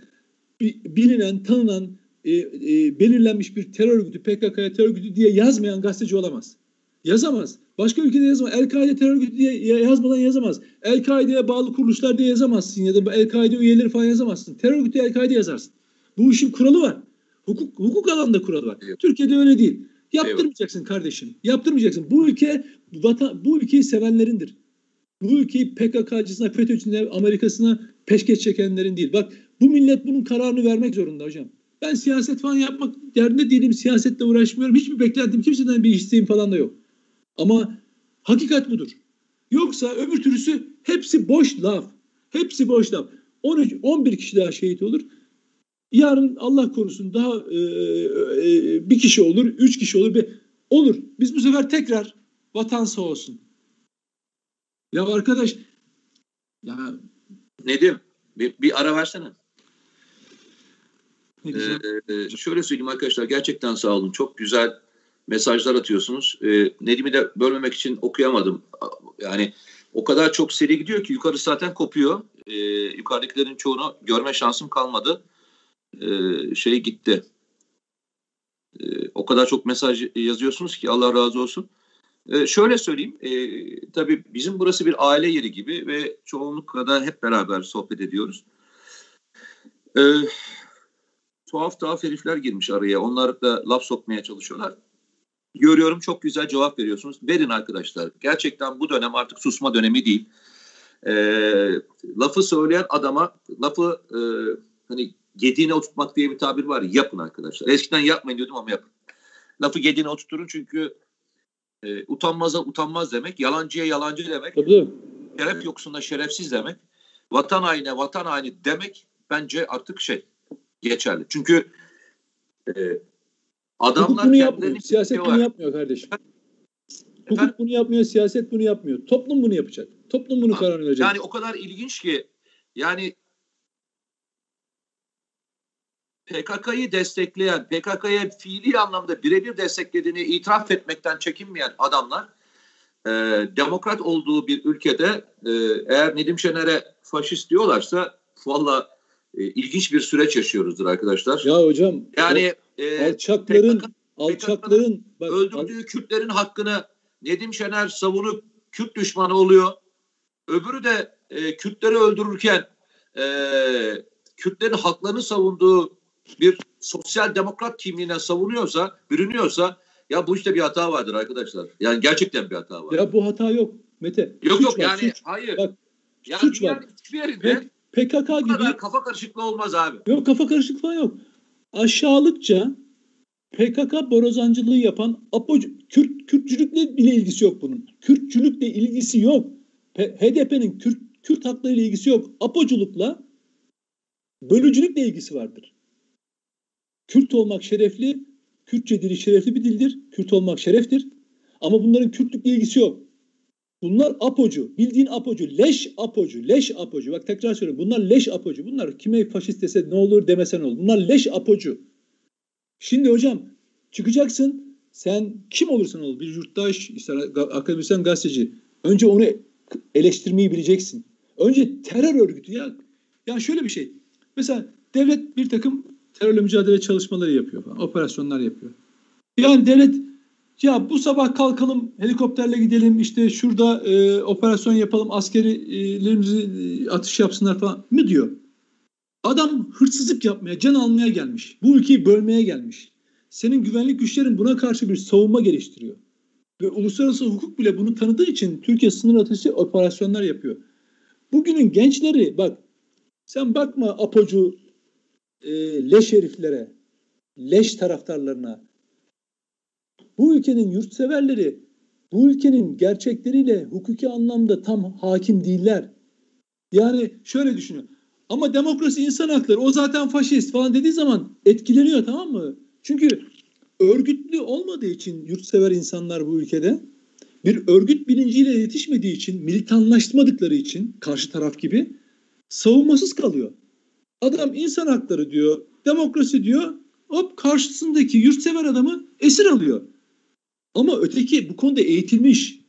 bilinen, tanınan, e, e, belirlenmiş bir terör örgütü, P K K'ya terör örgütü diye yazmayan gazeteci olamaz. Yazamaz. Başka ülkede yazamaz. El-Kaide terör örgütü diye yazmadan yazamaz. El-Kaide'ye bağlı kuruluşlar diye yazamazsın ya da El-Kaide üyeleri falan yazamazsın. Terör örgütü El-Kaide yazarsın. Bu işin kuralı var. Hukuk, hukuk alanında kuralı var. Evet. Türkiye'de öyle değil. Yaptırmayacaksın evet. kardeşim. Yaptırmayacaksın. Bu ülke vatan, bu ülkeyi sevenlerindir. Bu ülkeyi P K K'cısına, FETÖ'cüsüne, Amerika'sına peşkeş çekenlerin değil. Bak bu millet bunun kararını vermek zorunda hocam. Ben siyaset falan yapmak derdinde değilim. Siyasetle uğraşmıyorum. Hiçbir beklentim, kimseden bir isteğim falan da yok. Ama hakikat budur. Yoksa öbür türlüsü hepsi boş laf. Hepsi boş laf. on üç on bir kişi daha şehit olur. Yarın Allah korusun daha e, e, bir kişi olur, üç kişi olur. Bir, olur. Biz bu sefer tekrar vatan sağ olsun. Ya arkadaş ya Nedim bir, bir ara versene. Ee, şöyle söyleyeyim arkadaşlar, gerçekten sağ olun. Çok güzel mesajlar atıyorsunuz. Ee, Nedim'i de bölmemek için okuyamadım. Yani o kadar çok seri gidiyor ki yukarı zaten kopuyor. Ee, yukarıdakilerin çoğunu görme şansım kalmadı. Ee, şey gitti. Ee, o kadar çok mesaj yazıyorsunuz ki Allah razı olsun. Ee, şöyle söyleyeyim. E, tabii bizim burası bir aile yeri gibi ve çoğunlukla da hep beraber sohbet ediyoruz. Ee, tuhaf tuhaf herifler girmiş araya. Onlar da laf sokmaya çalışıyorlar. Görüyorum, çok güzel cevap veriyorsunuz. Verin arkadaşlar. Gerçekten bu dönem artık susma dönemi değil. E, lafı söyleyen adama lafı e, hani gediğine oturtmak diye bir tabir var. Yapın arkadaşlar. Eskiden yapmayın diyordum ama yapın. Lafı gediğine oturturun çünkü e, utanmaza utanmaz demek. Yalancıya yalancı demek. Tabii. Şeref yoksunla şerefsiz demek. Vatan haine vatan haini demek bence artık şey geçerli. Çünkü e, adamlar hukuk bunu yapmıyor. Siyaset bunu yapmıyor kardeşim. Hukuk Efendim? bunu yapmıyor, siyaset bunu yapmıyor. Toplum bunu yapacak. Toplum bunu karar verecek. Yani o kadar ilginç ki yani P K K'yı destekleyen, P K K'ya fiili anlamda birebir desteklediğini itiraf etmekten çekinmeyen adamlar e, demokrat olduğu bir ülkede e, eğer Nedim Şener'e faşist diyorlarsa valla e, ilginç bir süreç yaşıyoruzdur arkadaşlar. Ya hocam yani e, alçakların P K K, alçakların bak, öldürdüğü al- Kürtlerin hakkını Nedim Şener savunup Kürt düşmanı oluyor. Öbürü de e, Kürtleri öldürürken e, Kürtlerin haklarını savunduğu bir sosyal demokrat kimliğine savunuyorsa, bürünüyorsa ya bu işte bir hata vardır arkadaşlar. Yani gerçekten bir hata var. Ya bu hata yok Mete. Yok Suç yok var, yani suç. hayır. Bak, yani suç var. hiçbir yerinde P- PKK bu gibi kadar kafa karışıklığı olmaz abi. yok, kafa karışıklığı falan yok. Aşağılıkça P K K borazancılığı yapan Apoc Kürt Kürtçülükle bile ilgisi yok bunun. Kürtçülükle ilgisi yok. P- H D P'nin Kürt Kürt haklarıyla ilgisi yok. Apoculukla, bölücülükle ilgisi vardır. Kürt olmak şerefli, Kürtçe dili şerefli bir dildir. Kürt olmak şereftir. Ama bunların Kürtlükle ilgisi yok. Bunlar apocu. Bildiğin apocu. Leş apocu. Leş apocu. Bak tekrar söylüyorum. Bunlar leş apocu. Bunlar kime faşist dese ne olur demesen olur. Bunlar leş apocu. Şimdi hocam çıkacaksın. Sen kim olursan ol. Bir yurttaş, ister akademisyen, gazeteci. Önce onu eleştirmeyi bileceksin. Önce terör örgütü. Ya, ya şöyle bir şey. Mesela devlet bir takım terörle mücadele çalışmaları yapıyor falan. Operasyonlar yapıyor. Yani devlet ya bu sabah kalkalım helikopterle gidelim işte şurada e, operasyon yapalım askerilerimizi e, atış yapsınlar falan mı diyor. Adam hırsızlık yapmaya, can almaya gelmiş. Bu ülkeyi bölmeye gelmiş. Senin güvenlik güçlerin buna karşı bir savunma geliştiriyor. Ve uluslararası hukuk bile bunu tanıdığı için Türkiye sınır ötesi operasyonlar yapıyor. Bugünün gençleri bak sen bakma apocu e, leş heriflere, leş taraftarlarına. Bu ülkenin yurtseverleri bu ülkenin gerçekleriyle hukuki anlamda tam hakim değiller. Yani şöyle düşünüyor. Ama demokrasi, insan hakları, o zaten faşist falan dediği zaman etkileniyor, tamam mı? Çünkü örgütlü olmadığı için yurtsever insanlar bu ülkede bir örgüt bilinciyle yetişmediği için, militanlaşmadıkları için karşı taraf gibi savunmasız kalıyor. Adam insan hakları diyor, demokrasi diyor, hop karşısındaki yurtsever adamı esir alıyor. Ama öteki bu konuda eğitilmiş.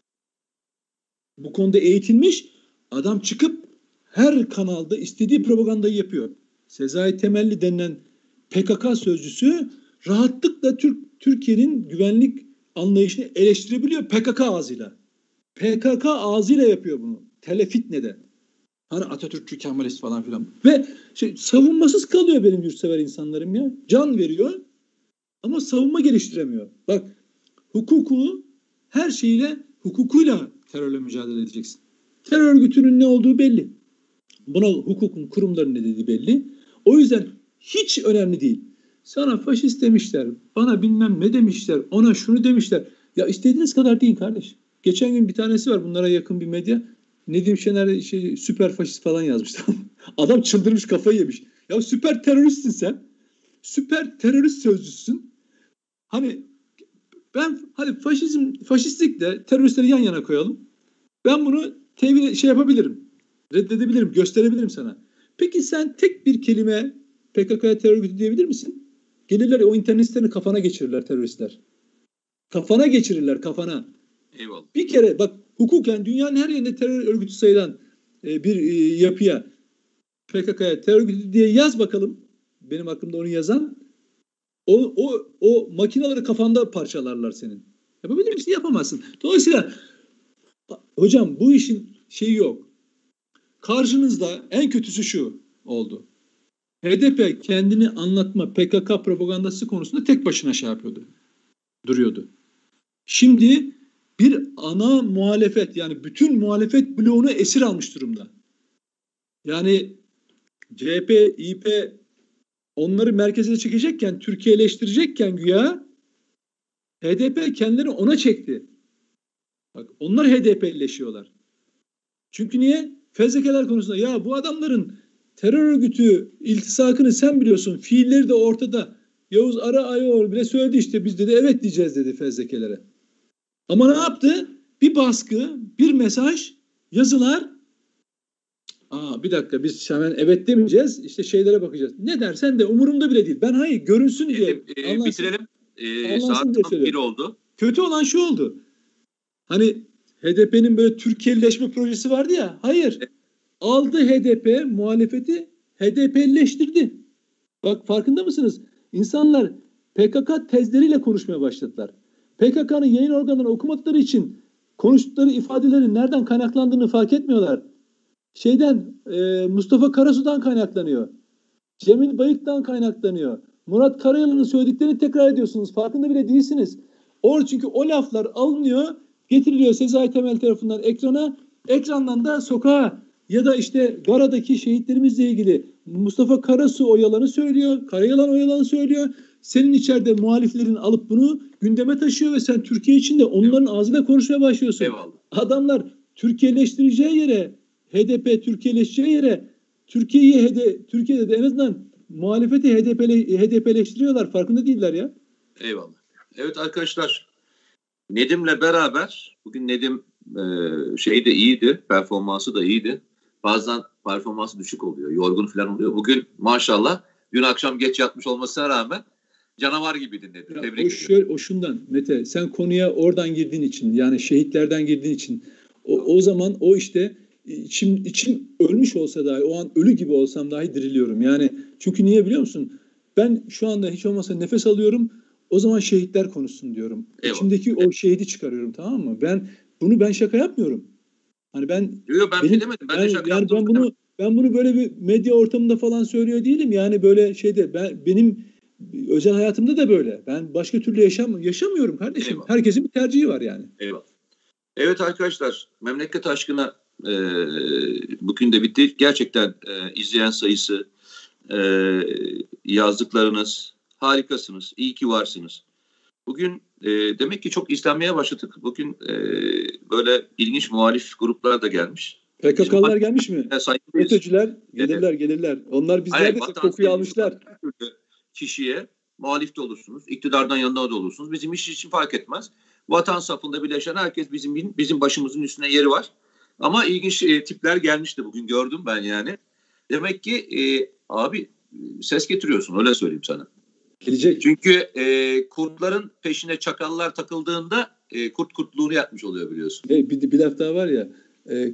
Bu konuda eğitilmiş adam çıkıp her kanalda istediği propagandayı yapıyor. Sezai Temelli denilen P K K sözcüsü rahatlıkla Türk Türkiye'nin güvenlik anlayışını eleştirebiliyor P K K ağzıyla. P K K ağzıyla yapıyor bunu. Telefitne'de. Hani Atatürkçü, Kemalist falan filan. Ve şey, savunmasız kalıyor benim yurtsever insanlarım ya. Can veriyor ama savunma geliştiremiyor. Bak hukuku her şeyle, hukukuyla terörle mücadele edeceksin. Terör örgütünün ne olduğu belli. Buna hukukun kurumlarının ne dediği belli. O yüzden hiç önemli değil. Sana faşist demişler, bana bilmem ne demişler, ona şunu demişler. Ya istediğiniz kadar deyin kardeş. Geçen gün bir tanesi var bunlara yakın bir medya. Nedim Şener şey, süper faşist falan yazmış. Adam çıldırmış, kafayı yemiş. Ya süper teröristsin sen. Süper terörist sözcüsün. Hani ben hani faşizm, faşistlikle teröristleri yan yana koyalım. Ben bunu tevil şey yapabilirim. Reddedebilirim, gösterebilirim sana. Peki sen tek bir kelime P K K'ya terör örgütü diyebilir misin? Gelirler o internet sitelerini kafana geçirirler teröristler. Kafana geçirirler, kafana. Eyvallah. Bir kere bak hukuken dünyanın her yerinde terör örgütü sayılan e, bir e, yapıya P K K'ya terör örgütü diye yaz bakalım. Benim aklımda onu yazan. O, o, o makineleri kafanda parçalarlar senin. Yapabilir misin? Yapamazsın. Dolayısıyla hocam bu işin şeyi yok. Karşınızda en kötüsü şu oldu. H D P kendini anlatma P K K propagandası konusunda tek başına şey yapıyordu. Duruyordu. Şimdi bir ana muhalefet yani bütün muhalefet bloğunu esir almış durumda. Yani C H P, İ P onları merkeze çekecekken, Türkiye'leştirecekken güya H D P kendilerini ona çekti. Bak onlar H D P'leşiyorlar. Çünkü niye? Fezlekeler konusunda ya bu adamların terör örgütü iltisakını sen biliyorsun. Fiilleri de ortada. Yavuz Ara Ayoğlu bile söyledi işte biz dedi evet diyeceğiz dedi fezlekelere. Ama ne yaptı? Bir baskı, bir mesaj, yazılar. Aa bir dakika biz hemen evet demeyeceğiz. İşte şeylere bakacağız. Ne dersen de umurumda bile değil. Ben hayır görünsün diye. E, e, bitirelim. E, saat bir oldu. Kötü olan şu oldu. Hani H D P'nin böyle Türkiye'leşme projesi vardı ya. Hayır. Aldı H D P muhalefeti H D P'leştirdi. Bak farkında mısınız? İnsanlar P K K tezleriyle konuşmaya başladılar. P K K'nın yayın organlarını okumadıkları için konuştukları ifadelerin nereden kaynaklandığını fark etmiyorlar. Şeyden e, Mustafa Karasu'dan kaynaklanıyor. Cemil Bayık'tan kaynaklanıyor. Murat Karayılan'ın söylediklerini tekrar ediyorsunuz. Farkında bile değilsiniz. Or çünkü o laflar alınıyor, getiriliyor Sezai Temel tarafından ekrana, ekrandan da sokağa ya da işte Gara'daki şehitlerimizle ilgili Mustafa Karasu o yalanı söylüyor, Karayalan o yalanı söylüyor. Senin içeride muhaliflerin alıp bunu gündeme taşıyor ve sen Türkiye içinde onların ağzıyla konuşmaya başlıyorsun. Eyvallah. Adamlar Türkiye'leştireceği yere, H D P Türkiye'leşeceği yere, Türkiye'yi Türkiye'de de en azından muhalefeti H D P'le H D P'leştiriyorlar. Farkında değiller ya. Eyvallah. Evet arkadaşlar, Nedim'le beraber bugün Nedim e, şey de iyiydi, performansı da iyiydi. Bazen performansı düşük oluyor, yorgun falan oluyor. Bugün maşallah dün akşam geç yatmış olmasına rağmen canavar gibi Nedim. Ya Tebrik o, şöyle, o şundan Mete, sen konuya oradan girdiğin için, yani şehitlerden girdiğin için o, o zaman o işte içim, içim ölmüş olsa dahi, o an ölü gibi olsam dahi diriliyorum. Yani çünkü niye biliyor musun? Ben şu anda hiç olmazsa nefes alıyorum. O zaman şehitler konuşsun diyorum. Eyvallah. İçimdeki o şehidi çıkarıyorum, tamam mı? Ben bunu ben şaka yapmıyorum. Hani ben Yok ben benim, demedim. Ben yani, de şaka yani yaptım. ben bunu ben bunu böyle bir medya ortamında falan söylüyor değilim. Yani böyle şeyde ben benim özel hayatımda da böyle. Ben başka türlü yaşam yaşamıyorum kardeşim. Eyvallah. Herkesin bir tercihi var yani. Eyvallah. Evet arkadaşlar, Memleket Aşkına e, bugün de bitti. Gerçekten e, izleyen sayısı, e, yazdıklarınız harikasınız. İyi ki varsınız. Bugün e, demek ki çok izlenmeye başladık. Bugün e, böyle ilginç muhalif gruplar da gelmiş. P K K'lılar gelmiş mi? Saygılıyız. FETÖ'cüler gelirler gelirler. Onlar bizler de kokuyu almışlar. Kişiye muhalif de olursunuz, iktidardan yanında da olursunuz. Bizim iş için fark etmez. Vatan safında birleşen herkes bizim bizim başımızın üstüne yeri var. Ama ilginç e, tipler gelmişti bugün, gördüm ben yani. Demek ki e, abi ses getiriyorsun, öyle söyleyeyim sana. Gelecek. Çünkü e, kurtların peşine çakallar takıldığında e, kurt kurtluğunu yapmış oluyor biliyorsun. E, bir, bir laf daha var ya, e,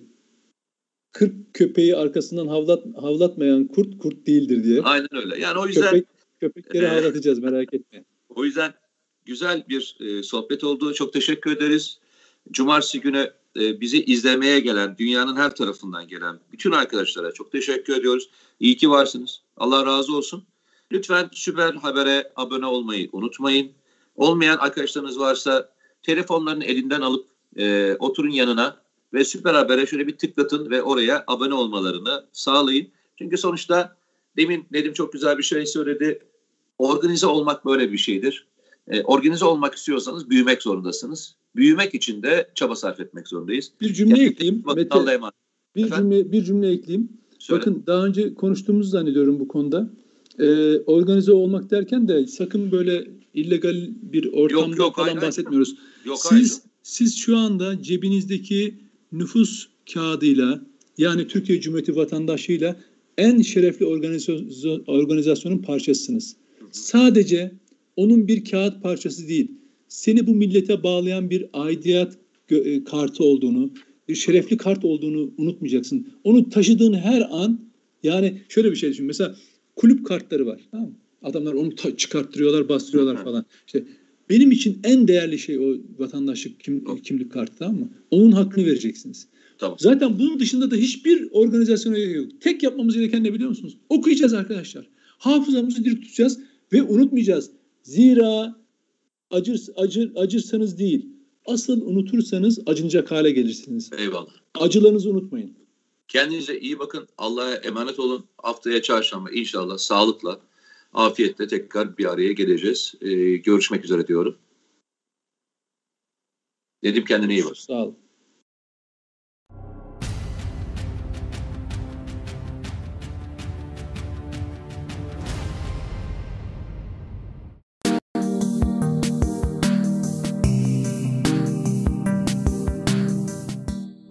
kırk köpeği arkasından havlat, havlatmayan kurt kurt değildir diye. Aynen öyle. Yani o yüzden Köpek, köpekleri e, havlatacağız, merak etme. O yüzden güzel bir e, sohbet oldu. Çok teşekkür ederiz. Cumartesi günü e, bizi izlemeye gelen, dünyanın her tarafından gelen bütün arkadaşlara çok teşekkür ediyoruz. İyi ki varsınız. Allah razı olsun. Lütfen Süper Haber'e abone olmayı unutmayın. Olmayan arkadaşlarınız varsa telefonlarını elinden alıp e, oturun yanına ve Süper Haber'e şöyle bir tıklatın ve oraya abone olmalarını sağlayın. Çünkü sonuçta demin Nedim çok güzel bir şey söyledi. Organize olmak böyle bir şeydir. E, organize olmak istiyorsanız büyümek zorundasınız. Büyümek için de çaba sarf etmek zorundayız. Bir cümle Gerçekten ekleyeyim. Mete, bir Efendim? cümle bir cümle ekleyeyim. Söyle. Bakın daha önce konuştuğumuzu zannediyorum bu konuda. Ee, organize olmak derken de sakın böyle illegal bir ortamda yok, yok, falan hayır, bahsetmiyoruz. Yok, siz hayır. siz şu anda cebinizdeki nüfus kağıdıyla, yani Türkiye Cumhuriyeti vatandaşıyla en şerefli organizasyon, organizasyonun parçasısınız. Hı hı. Sadece onun bir kağıt parçası değil, seni bu millete bağlayan bir aidiyet gö- kartı olduğunu, bir şerefli kart olduğunu unutmayacaksın. Onu taşıdığın her an, yani şöyle bir şey düşün. Mesela kulüp kartları var. Tamam mı? Adamlar onu ta- çıkarttırıyorlar, bastırıyorlar falan. İşte benim için en değerli şey o vatandaşlık kim, kimlik kartı, tamam mı? Onun hakkını vereceksiniz. Tamam. Zaten bunun dışında da hiçbir organizasyona yok. Tek yapmamız gereken ne biliyor musunuz? Okuyacağız arkadaşlar. Hafızamızı diri tutacağız ve unutmayacağız. Zira acır, acır, acırsanız değil, asıl unutursanız acınacak hale gelirsiniz. Eyvallah. Acılarınızı unutmayın. Kendinize iyi bakın. Allah'a emanet olun. Haftaya çarşamba inşallah sağlıkla, afiyetle tekrar bir araya geleceğiz. Ee, görüşmek üzere diyorum. Dedim, kendine iyi bak. Sağ ol.